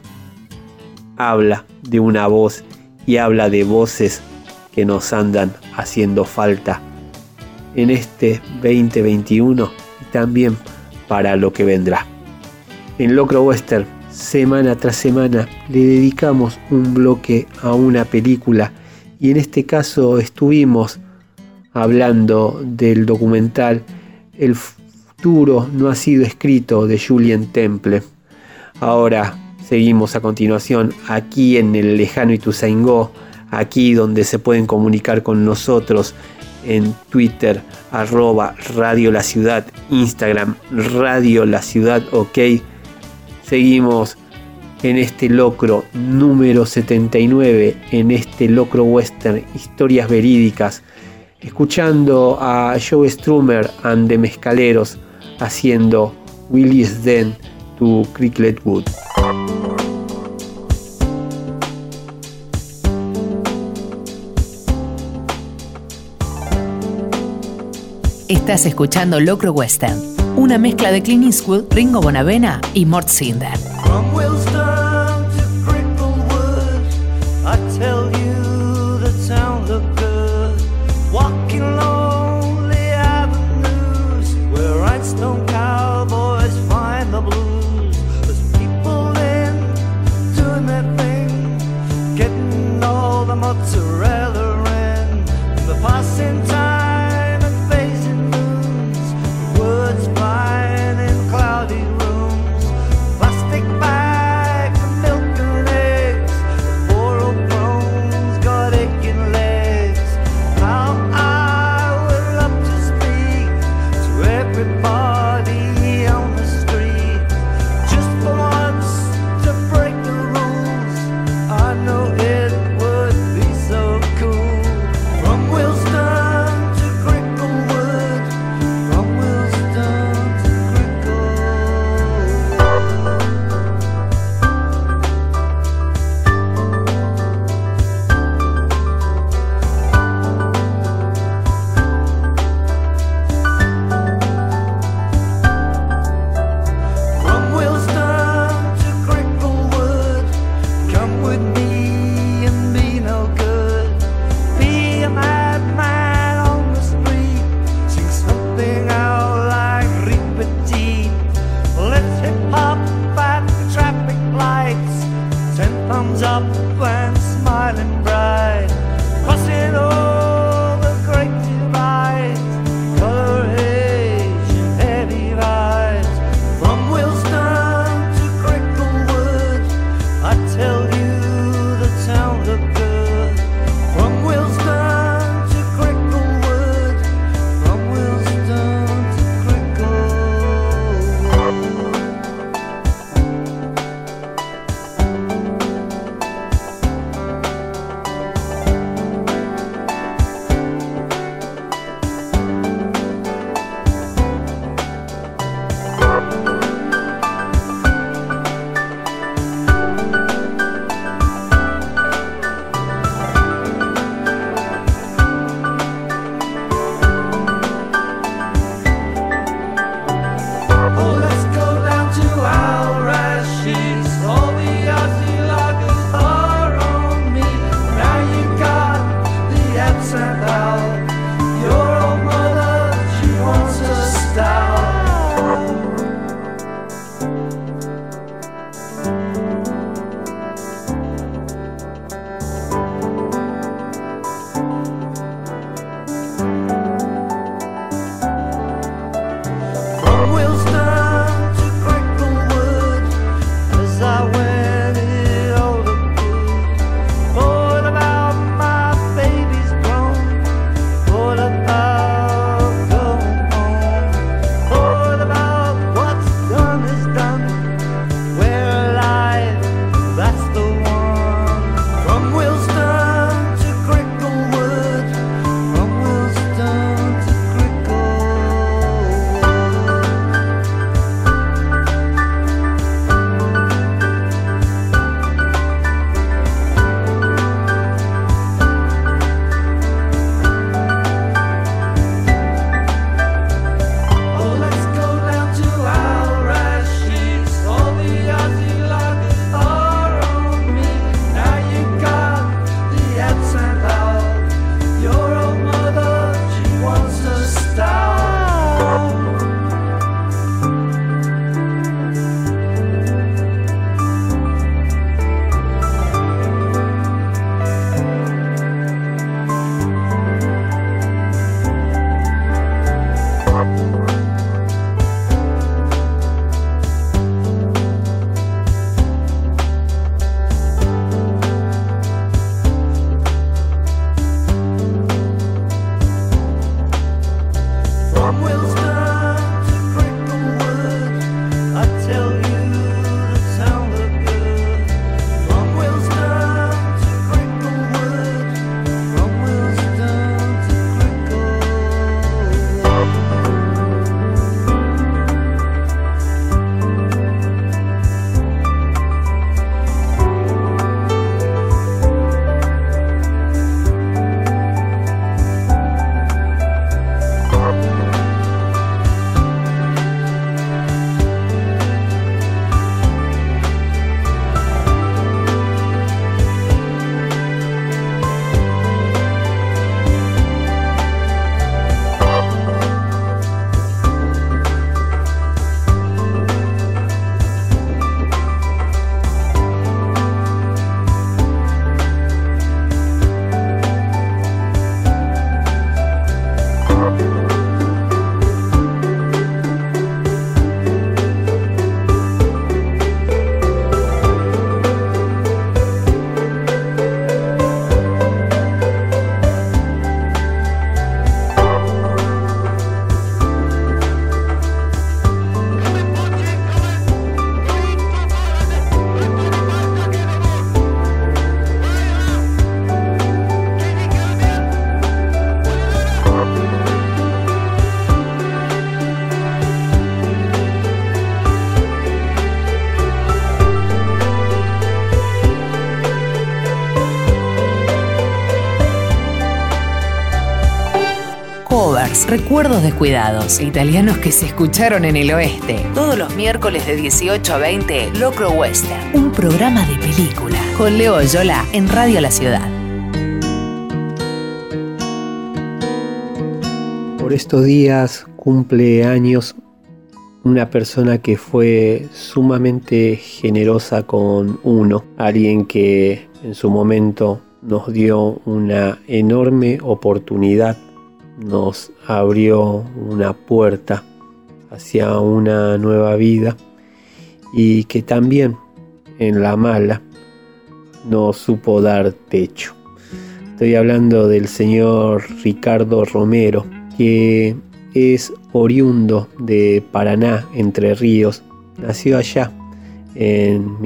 habla de una voz y habla de voces que nos andan haciendo falta en este 2021 y también para lo que vendrá. En Locro Western, semana tras semana, le dedicamos un bloque a una película y en este caso estuvimos hablando del documental El futuro no ha sido escrito de Julien Temple. Ahora Seguimos a continuación aquí en el lejano Ituzaingó, aquí donde se pueden comunicar con nosotros en Twitter, @Radio La Ciudad, Instagram, Radio La Ciudad OK. Seguimos en este locro número 79, en este locro western, historias verídicas, escuchando a Joe Strummer and the Mezcaleros haciendo Willie's Den to Cricklet Wood. Estás escuchando Locro Western, una mezcla de Clint Eastwood, Ringo Bonavena y Mort Sinder. From Wilston to Cricklewood, I tell you the town looked good. Walking lonely avenues where rhinestone cowboys find the blues. There's people in doing their thing, getting all the mozzarella in. The passing time and phasing moons, woods flying in cloudy rooms. Plastic bags of milk and eggs, 401 Italianos, recuerdos descuidados. Italianos que se escucharon en el oeste. Todos los miércoles de 18 a 20, Locro Western. Un programa de película. Con Leo Oyola en Radio La Ciudad. Por estos días cumple años una persona que fue sumamente generosa con uno, alguien que en su momento nos dio una enorme oportunidad, nos abrió una puerta hacia una nueva vida y que también en la mala nos supo dar techo. Estoy hablando del señor Ricardo Romero, que es oriundo de Paraná, Entre Ríos. Nació allá en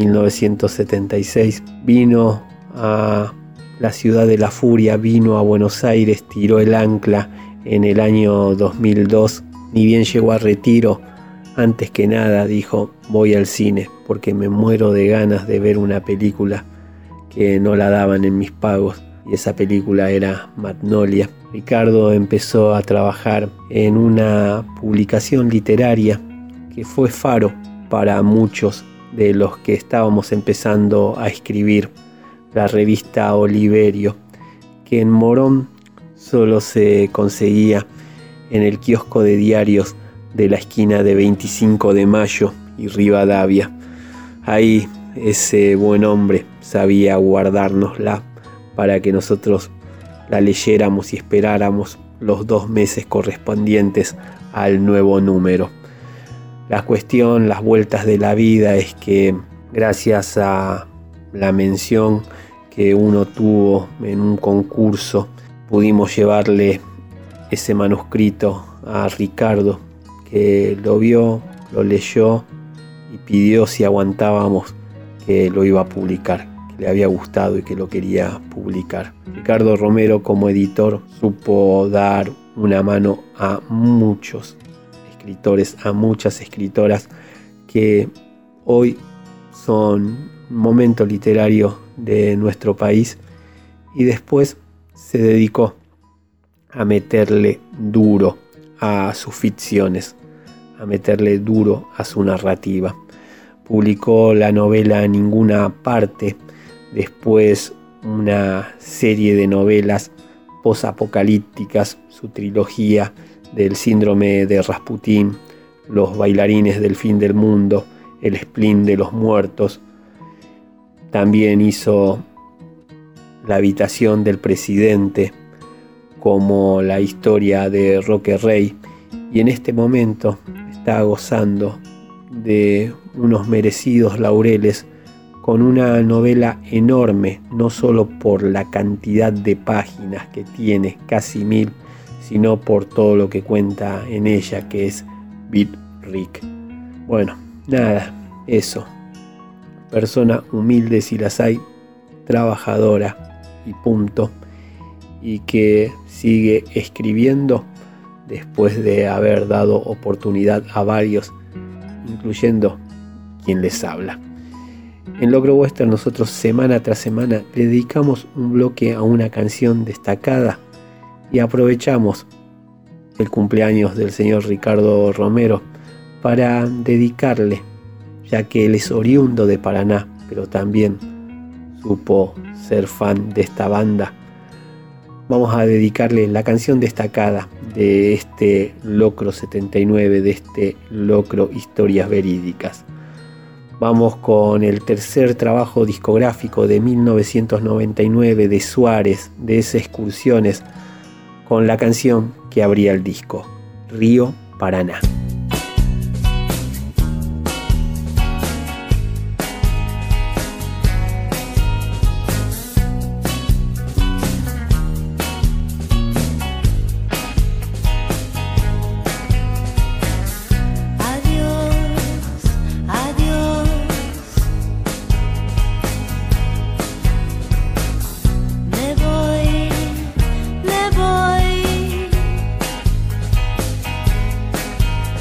1976. Vino a la ciudad de la furia, vino a Buenos Aires, tiró el ancla en el año 2002. Ni bien llegó a retiro, antes que nada dijo: voy al cine porque me muero de ganas de ver una película que no la daban en mis pagos. Y esa película era Magnolia. Ricardo empezó a trabajar en una publicación literaria que fue faro para muchos de los que estábamos empezando a escribir, la revista Oliverio, que en Morón solo se conseguía en el kiosco de diarios de la esquina de 25 de Mayo y Rivadavia. Ahí ese buen hombre sabía guardárnosla para que nosotros la leyéramos y esperáramos los 2 meses correspondientes al nuevo número. La cuestión, las vueltas de la vida es que gracias a la mención que uno tuvo en un concurso, pudimos llevarle ese manuscrito a Ricardo, que lo vio, lo leyó y pidió si aguantábamos que lo iba a publicar, que le había gustado y que lo quería publicar. Ricardo Romero, como editor, supo dar una mano a muchos escritores, a muchas escritoras que hoy son un momento literario de nuestro país, y después se dedicó a meterle duro a sus ficciones, a meterle duro a su narrativa. Publicó la novela Ninguna Parte, después una serie de novelas posapocalípticas, su trilogía del síndrome de Rasputín, Los bailarines del fin del mundo, El spleen de los muertos. También hizo La habitación del presidente, como la historia de Roque Rey, y en este momento está gozando de unos merecidos laureles con una novela enorme, no solo por la cantidad de páginas que tiene, casi 1000, sino por todo lo que cuenta en ella, que es Beat Rick. Bueno, nada, eso. Persona humilde si las hay, trabajadora y punto, y que sigue escribiendo después de haber dado oportunidad a varios, incluyendo quien les habla. En Locro Western nosotros semana tras semana le dedicamos un bloque a una canción destacada y aprovechamos el cumpleaños del señor Ricardo Romero para dedicarle, ya que él es oriundo de Paraná, pero también supo ser fan de esta banda. Vamos a dedicarle la canción destacada de este Locro 79, de este Locro Historias Verídicas. Vamos con el tercer trabajo discográfico de 1999 de Suárez, de esas excursiones, con la canción que abría el disco, Río Paraná. Me voy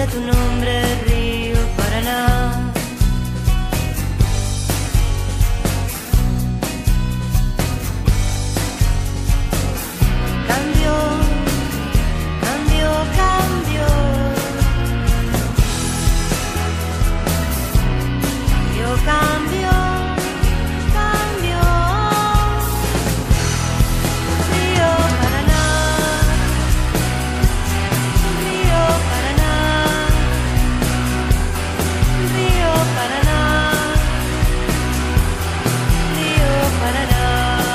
Cambia tu nombre, Río Paraná. Cambio, cambio, cambio. Yo cambio, cambio. Río Paraná, Río Paraná, Río Paraná, Río Paraná.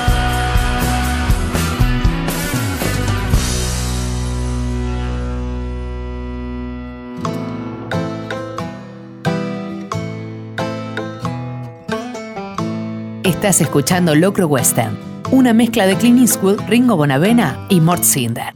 Estás escuchando Locro Western, una mezcla de Clint Eastwood, Ringo Bonavena y Mort Sinder.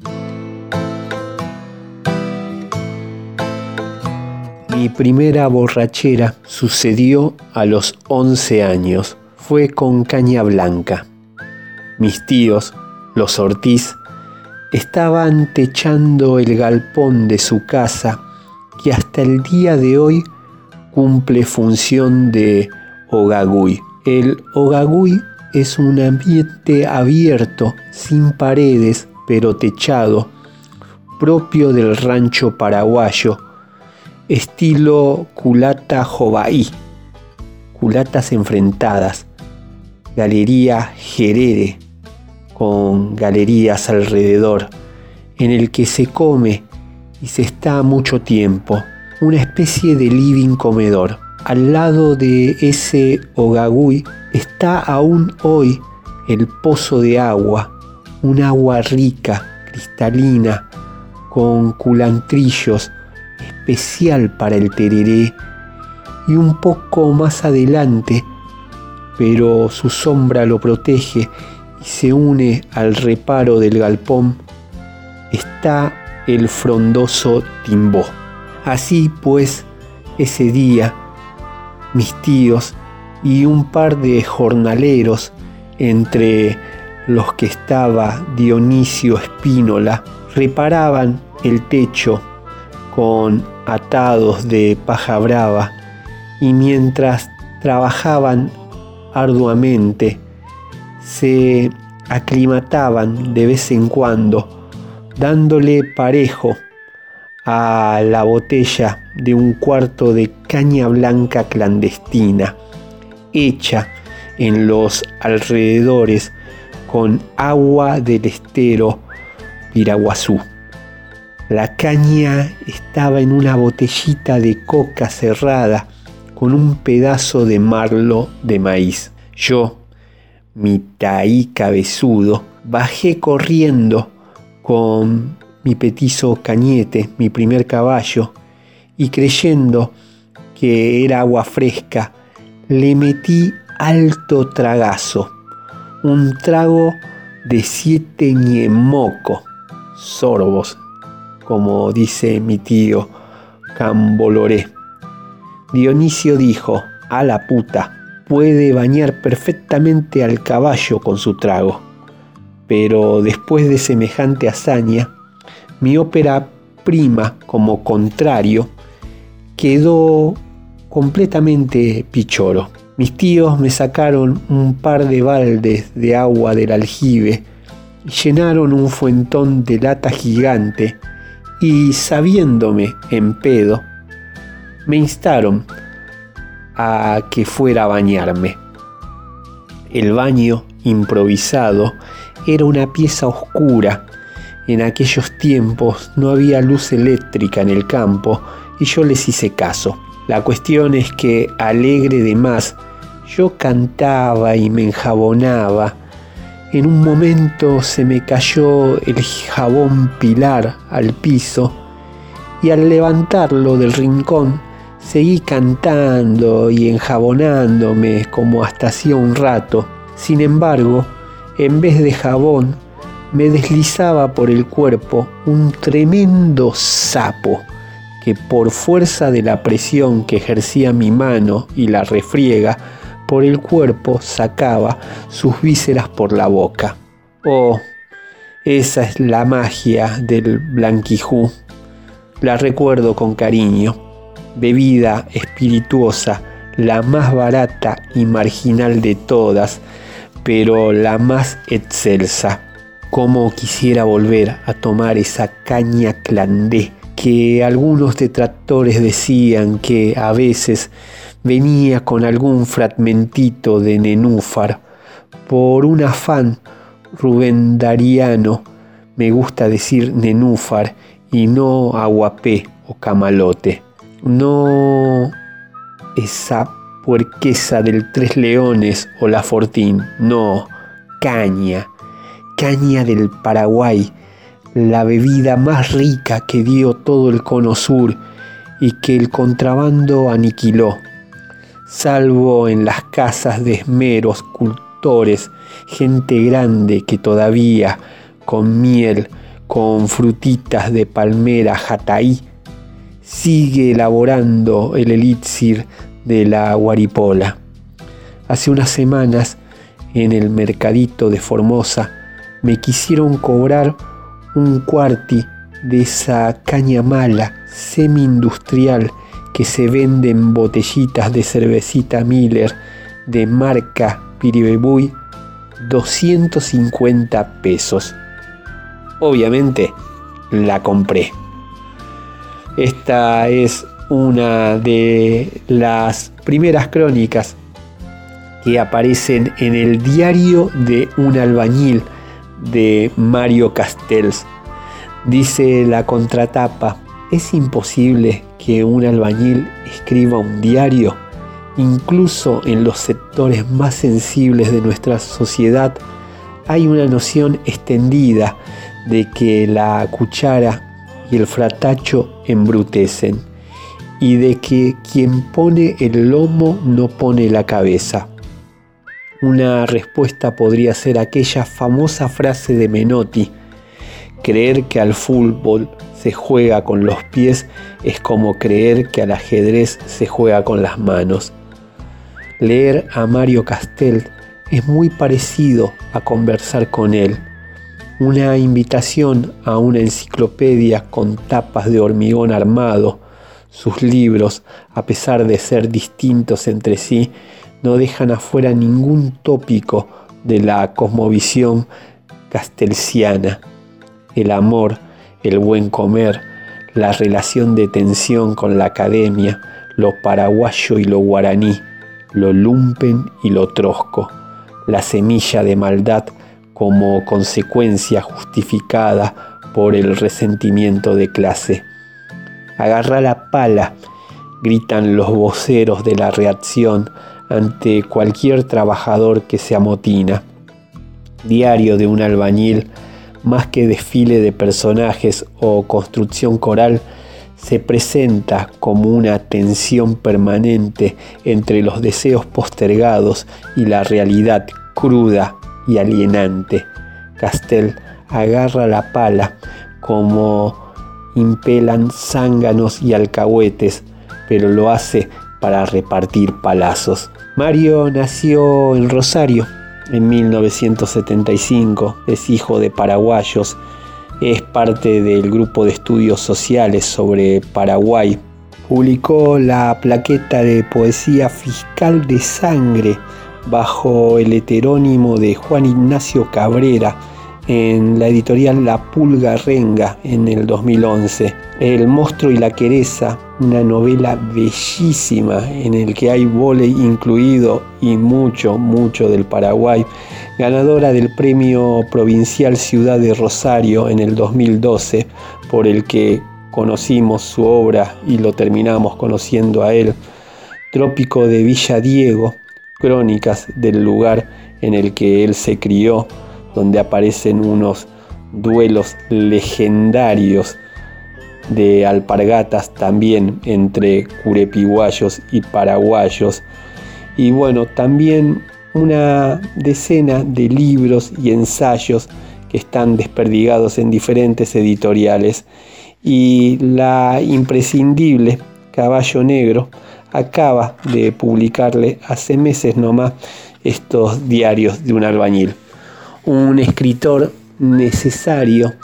Mi primera borrachera sucedió a los 11 años. Fue con caña blanca. Mis tíos, los Ortiz, estaban techando el galpón de su casa, que hasta el día de hoy cumple función de ogagüey. El ogagüey es un ambiente abierto, sin paredes, pero techado, propio del rancho paraguayo, estilo culata jovaí, culatas enfrentadas, galería Jerere, con galerías alrededor, en el que se come y se está mucho tiempo, una especie de living comedor. Al lado de ese ogagüey está aún hoy el pozo de agua, un agua rica, cristalina, con culantrillos, especial para el tereré, y un poco más adelante, pero su sombra lo protege y se une al reparo del galpón, está el frondoso Timbó. Así pues, ese día, mis tíos y un par de jornaleros, entre los que estaba Dionisio Espínola, reparaban el techo con atados de paja brava, y mientras trabajaban arduamente, se aclimataban de vez en cuando, dándole parejo a la botella de un cuarto de caña blanca clandestina, hecha en los alrededores con agua del estero Piraguazú. La caña estaba en una botellita de coca cerrada con un pedazo de marlo de maíz. Yo, mi taí cabezudo, bajé corriendo con mi petizo Cañete, mi primer caballo, y creyendo que era agua fresca, le metí alto tragazo, un trago de 7 ñemoco, sorbos, como dice mi tío Camboloré. Dionisio dijo: a la puta, puede bañar perfectamente al caballo con su trago. Pero después de semejante hazaña, mi ópera prima, como contrario, quedó completamente pichoro. Mis tíos me sacaron un par de baldes de agua del aljibe y llenaron un fuentón de lata gigante, y sabiéndome en pedo, me instaron a que fuera a bañarme. El baño improvisado era una pieza oscura. En aquellos tiempos no había luz eléctrica en el campo y yo les hice caso. La cuestión es que, alegre de más, yo cantaba y me enjabonaba. En un momento se me cayó el jabón Pilar al piso, y al levantarlo del rincón seguí cantando y enjabonándome como hasta hacía un rato. Sin embargo, en vez de jabón, me deslizaba por el cuerpo un tremendo sapo que, por fuerza de la presión que ejercía mi mano y la refriega por el cuerpo, sacaba sus vísceras por la boca. Oh, esa es la magia del blanquijú. La recuerdo con cariño. Bebida espirituosa, la más barata y marginal de todas, pero la más excelsa. Cómo quisiera volver a tomar esa caña clandé que algunos detractores decían que a veces venía con algún fragmentito de nenúfar. Por un afán rubendariano me gusta decir nenúfar y no aguapé o camalote. No esa puerquesa del Tres Leones o la Fortín, no, caña del Paraguay, la bebida más rica que dio todo el cono sur y que el contrabando aniquiló, salvo en las casas de esmeros, cultores, gente grande que todavía con miel, con frutitas de palmera jataí, sigue elaborando el elixir de la guaripola. Hace unas semanas, en el mercadito de Formosa, me quisieron cobrar un cuarti de esa caña mala, semi-industrial, que se vende en botellitas de cervecita Miller de marca Piribebuy, 250 pesos. Obviamente, la compré. Esta es una de las primeras crónicas que aparecen en el diario de un albañil de Mario Castells. Dice la contratapa: ¿es imposible que un albañil escriba un diario? Incluso en los sectores más sensibles de nuestra sociedad hay una noción extendida de que la cuchara y el fratacho embrutecen, y de que quien pone el lomo no pone la cabeza. Una respuesta podría ser aquella famosa frase de Menotti: creer que al fútbol se juega con los pies es como creer que al ajedrez se juega con las manos. Leer a Mario Castells es muy parecido a conversar con él. Una invitación a una enciclopedia con tapas de hormigón armado. Sus libros, a pesar de ser distintos entre sí, no dejan afuera ningún tópico de la cosmovisión castellsiana. El amor, el buen comer, la relación de tensión con la academia, lo paraguayo y lo guaraní, lo lumpen y lo trosco, la semilla de maldad como consecuencia justificada por el resentimiento de clase. Agarra la pala, gritan los voceros de la reacción ante cualquier trabajador que se amotina. Diario de un albañil, más que desfile de personajes o construcción coral, se presenta como una tensión permanente entre los deseos postergados y la realidad cruda y alienante. Castells agarra la pala como impelan zánganos y alcahuetes, pero lo hace para repartir palazos. Mario nació en Rosario en 1975, es hijo de paraguayos, es parte del grupo de estudios sociales sobre Paraguay. Publicó la plaqueta de poesía Fiscal de Sangre bajo el heterónimo de Juan Ignacio Cabrera en la editorial La Pulga Renga en el 2011. El monstruo y la quereza, una novela bellísima en el que hay vóley incluido y mucho del Paraguay, ganadora del Premio Provincial Ciudad de Rosario en el 2012, por el que conocimos su obra y lo terminamos conociendo a él. Trópico de Villa Diego, crónicas del lugar en el que él se crió, donde aparecen unos duelos legendarios de alpargatas también entre curepiguayos y paraguayos. Y bueno, también una decena de libros y ensayos que están desperdigados en diferentes editoriales. Y la imprescindible Caballo Negro acaba de publicarle hace meses nomás estos diarios de un albañil. Un escritor necesario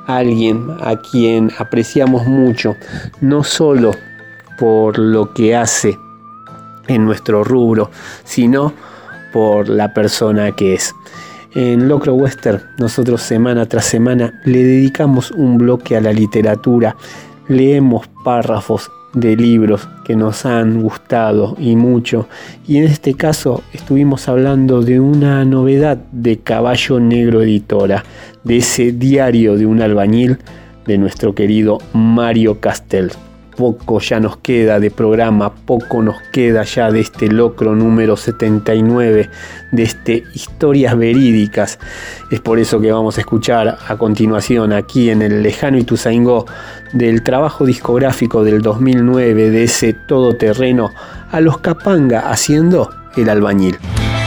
alguien a quien apreciamos mucho, no solo por lo que hace en nuestro rubro, sino por la persona que es. En Locro Western nosotros semana tras semana le dedicamos un bloque a la literatura, leemos párrafos de libros que nos han gustado y mucho, y en este caso estuvimos hablando de una novedad de Caballo Negro Editora, de ese diario de un albañil de nuestro querido Mario Castel. Poco ya nos queda de programa, poco nos queda ya de este locro número 79, de este Historias Verídicas. Es por eso que vamos a escuchar a continuación aquí en el lejano Ituzaingó del trabajo discográfico del 2009 de ese todoterreno a los Capanga haciendo El Albañil.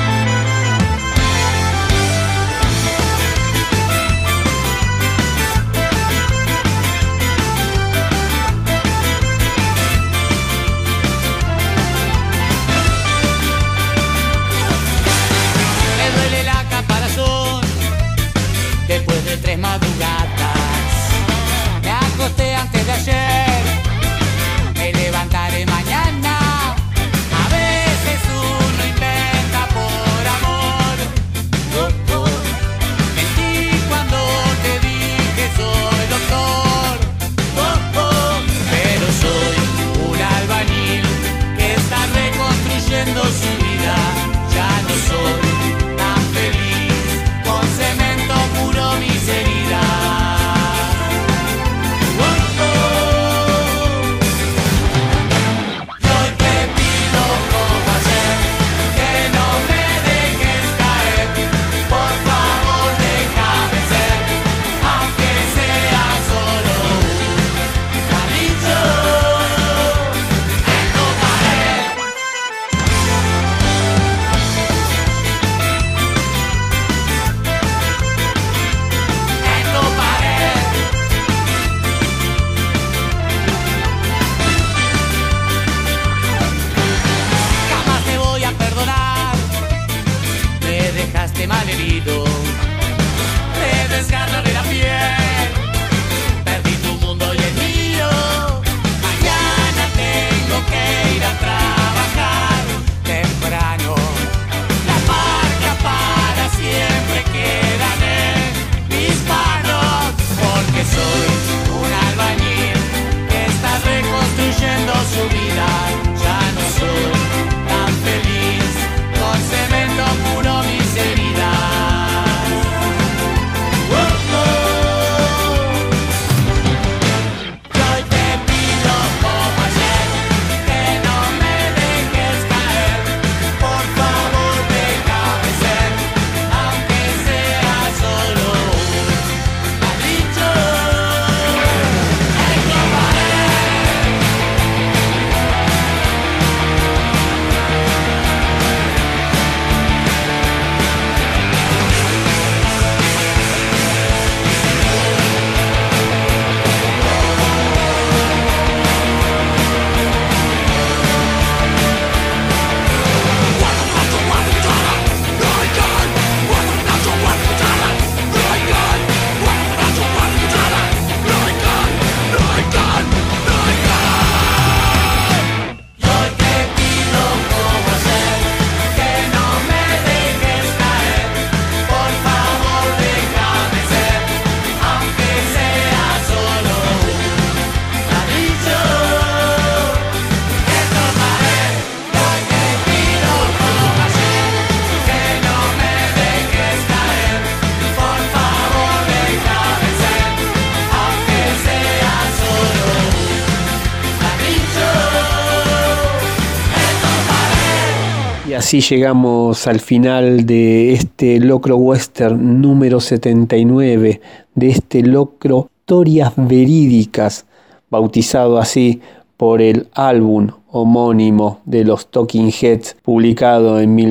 Así llegamos al final de este Locro Western número 79, de este locro Historias Verídicas, bautizado así por el álbum homónimo de los Talking Heads, publicado en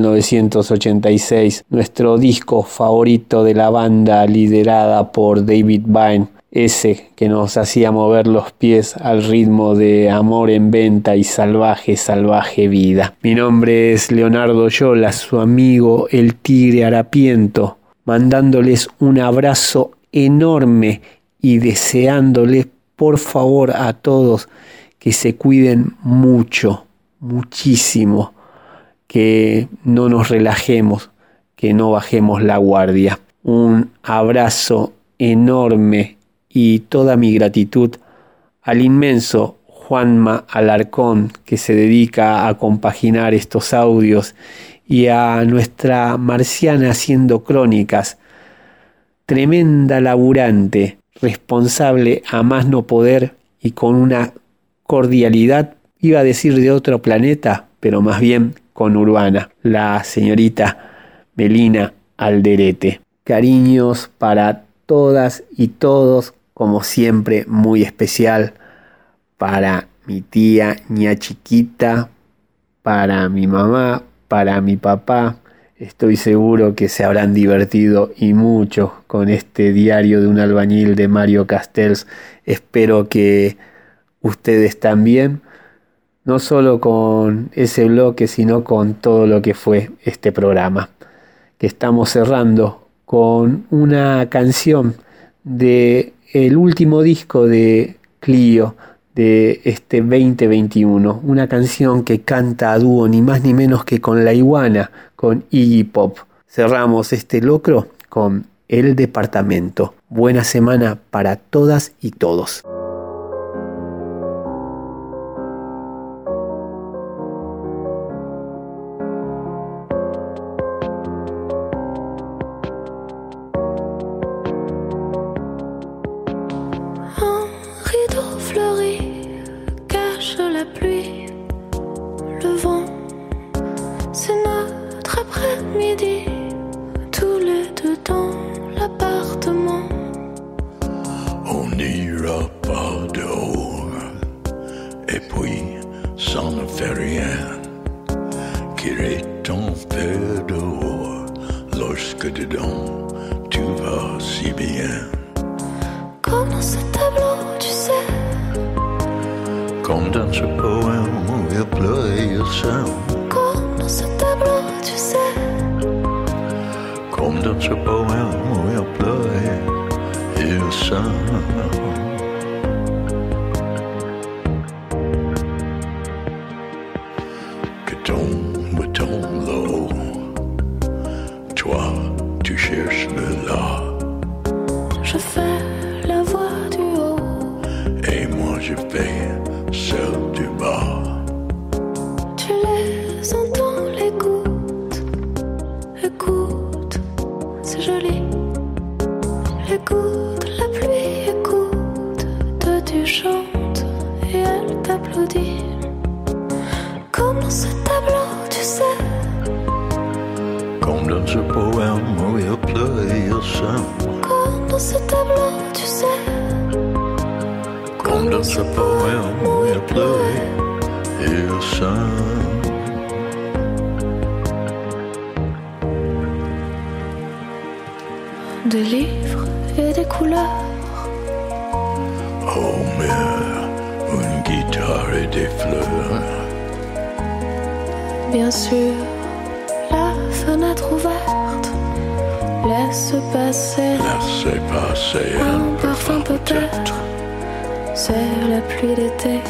1986, nuestro disco favorito de la banda liderada por David Byrne, ese que nos hacía mover los pies al ritmo de Amor en Venta y Salvaje, Salvaje Vida. Mi nombre es Leonardo Yola, su amigo el Tigre Harapiento, mandándoles un abrazo enorme y deseándoles por favor a todos que se cuiden mucho, muchísimo, que no nos relajemos, que no bajemos la guardia. Un abrazo enorme y toda mi gratitud al inmenso Juanma Alarcón, que se dedica a compaginar estos audios, y a nuestra Marciana haciendo crónicas, tremenda laburante, responsable a más no poder y con una cordialidad, iba a decir de otro planeta, pero más bien conurbana, la señorita Melina Alderete. Cariños para todas y todos, como siempre muy especial para mi tía Ña Chiquita, para mi mamá, para mi papá. Estoy seguro que se habrán divertido y mucho con este diario de un albañil de Mario Castells. Espero que ustedes también, no solo con ese bloque, sino con todo lo que fue este programa, que estamos cerrando con una canción de el último disco de Clio de este 2021, una canción que canta a dúo ni más ni menos que con La Iguana, con Iggy Pop. Cerramos este locro con El Departamento. Buena semana para todas y todos. Des livres et des couleurs. Oh mère, une guitare et des fleurs. Bien sûr, la fenêtre ouverte laisse passer un parfum peut-être. C'est la pluie d'été.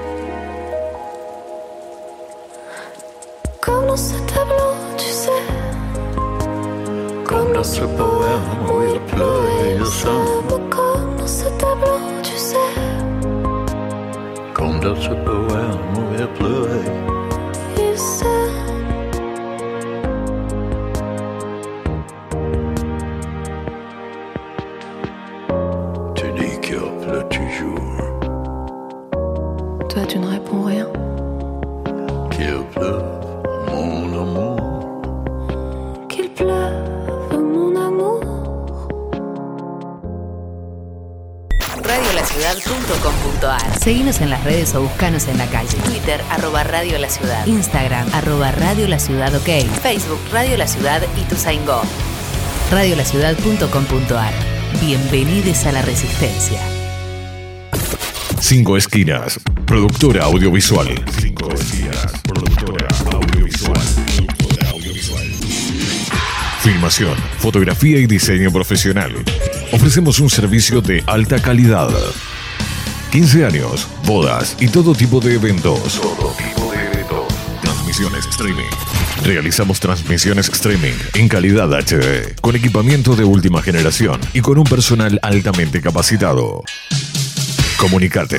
Comme dans ce tableau, tu sais. Comme dans ce poème où il pleut et il semble. Comme dans ce tableau, tu sais. Comme dans ce poème où il pleut et il semble. Tu dis qu'il pleut toujours. Toi, tu ne réponds rien. Qu'il pleuve, mon amour. Qu'il pleuve, mon amour. radiolaciudad.com.ar. Seguinos en las redes o buscanos en la calle. Twitter, @Radio La Ciudad. Instagram, @Radio La Ciudad OK. Facebook, Radio La Ciudad y Tuzaingó. radiolaciudad.com.ar. Bienvenidos a la Resistencia. 5 Esquinas, productora audiovisual. 5 Esquinas, productora audiovisual. Filmación, fotografía y diseño profesional. Ofrecemos un servicio de alta calidad. 15 años, bodas y todo tipo de eventos. Transmisiones streaming. Realizamos transmisiones streaming en calidad HD, con equipamiento de última generación y con un personal altamente capacitado. Comunicate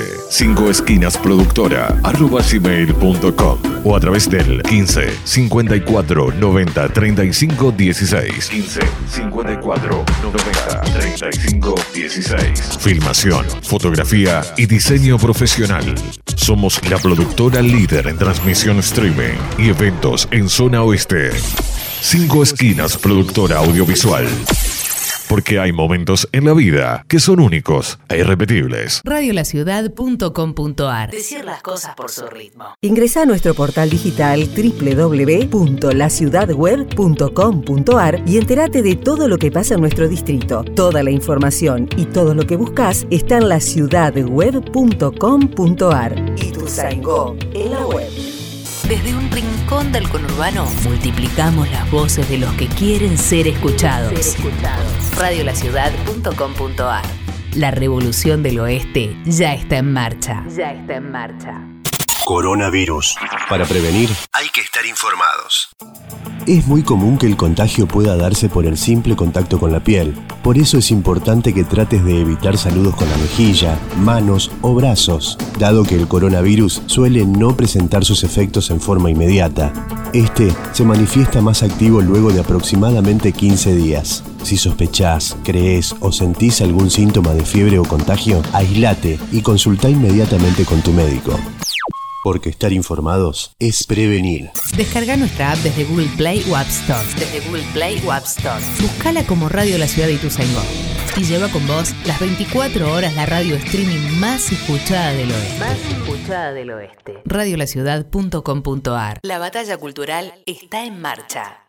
5esquinasproductora@gmail.com o a través del 15 54 90 35 16. 15 54 90 35 16. Filmación, fotografía y diseño profesional. Somos la productora líder en transmisión streaming y eventos en zona oeste. 5 Esquinas Productora Audiovisual. Porque hay momentos en la vida que son únicos e irrepetibles. Radiolaciudad.com.ar. Decir las cosas por su ritmo. Ingresá a nuestro portal digital www.laciudadweb.com.ar y entérate de todo lo que pasa en nuestro distrito. Toda la información y todo lo que buscas está en laciudadweb.com.ar. Y tu Zaingó en la web. Desde un rincón del conurbano multiplicamos las voces de los que quieren ser escuchados. Radiolaciudad.com.ar. La revolución del oeste ya está en marcha. Coronavirus. Para prevenir, hay que estar informados. Es muy común que el contagio pueda darse por el simple contacto con la piel. Por eso es importante que trates de evitar saludos con la mejilla, manos o brazos, dado que el coronavirus suele no presentar sus efectos en forma inmediata. Este se manifiesta más activo luego de aproximadamente 15 días. Si sospechás, crees o sentís algún síntoma de fiebre o contagio, aislate y consultá inmediatamente con tu médico. Porque estar informados es prevenir. Descarga nuestra app desde Google Play o App Store. Buscala como Radio La Ciudad de Ituzaingó. Y lleva con vos las 24 horas la radio streaming más escuchada del oeste. Radiolaciudad.com.ar. La batalla cultural está en marcha.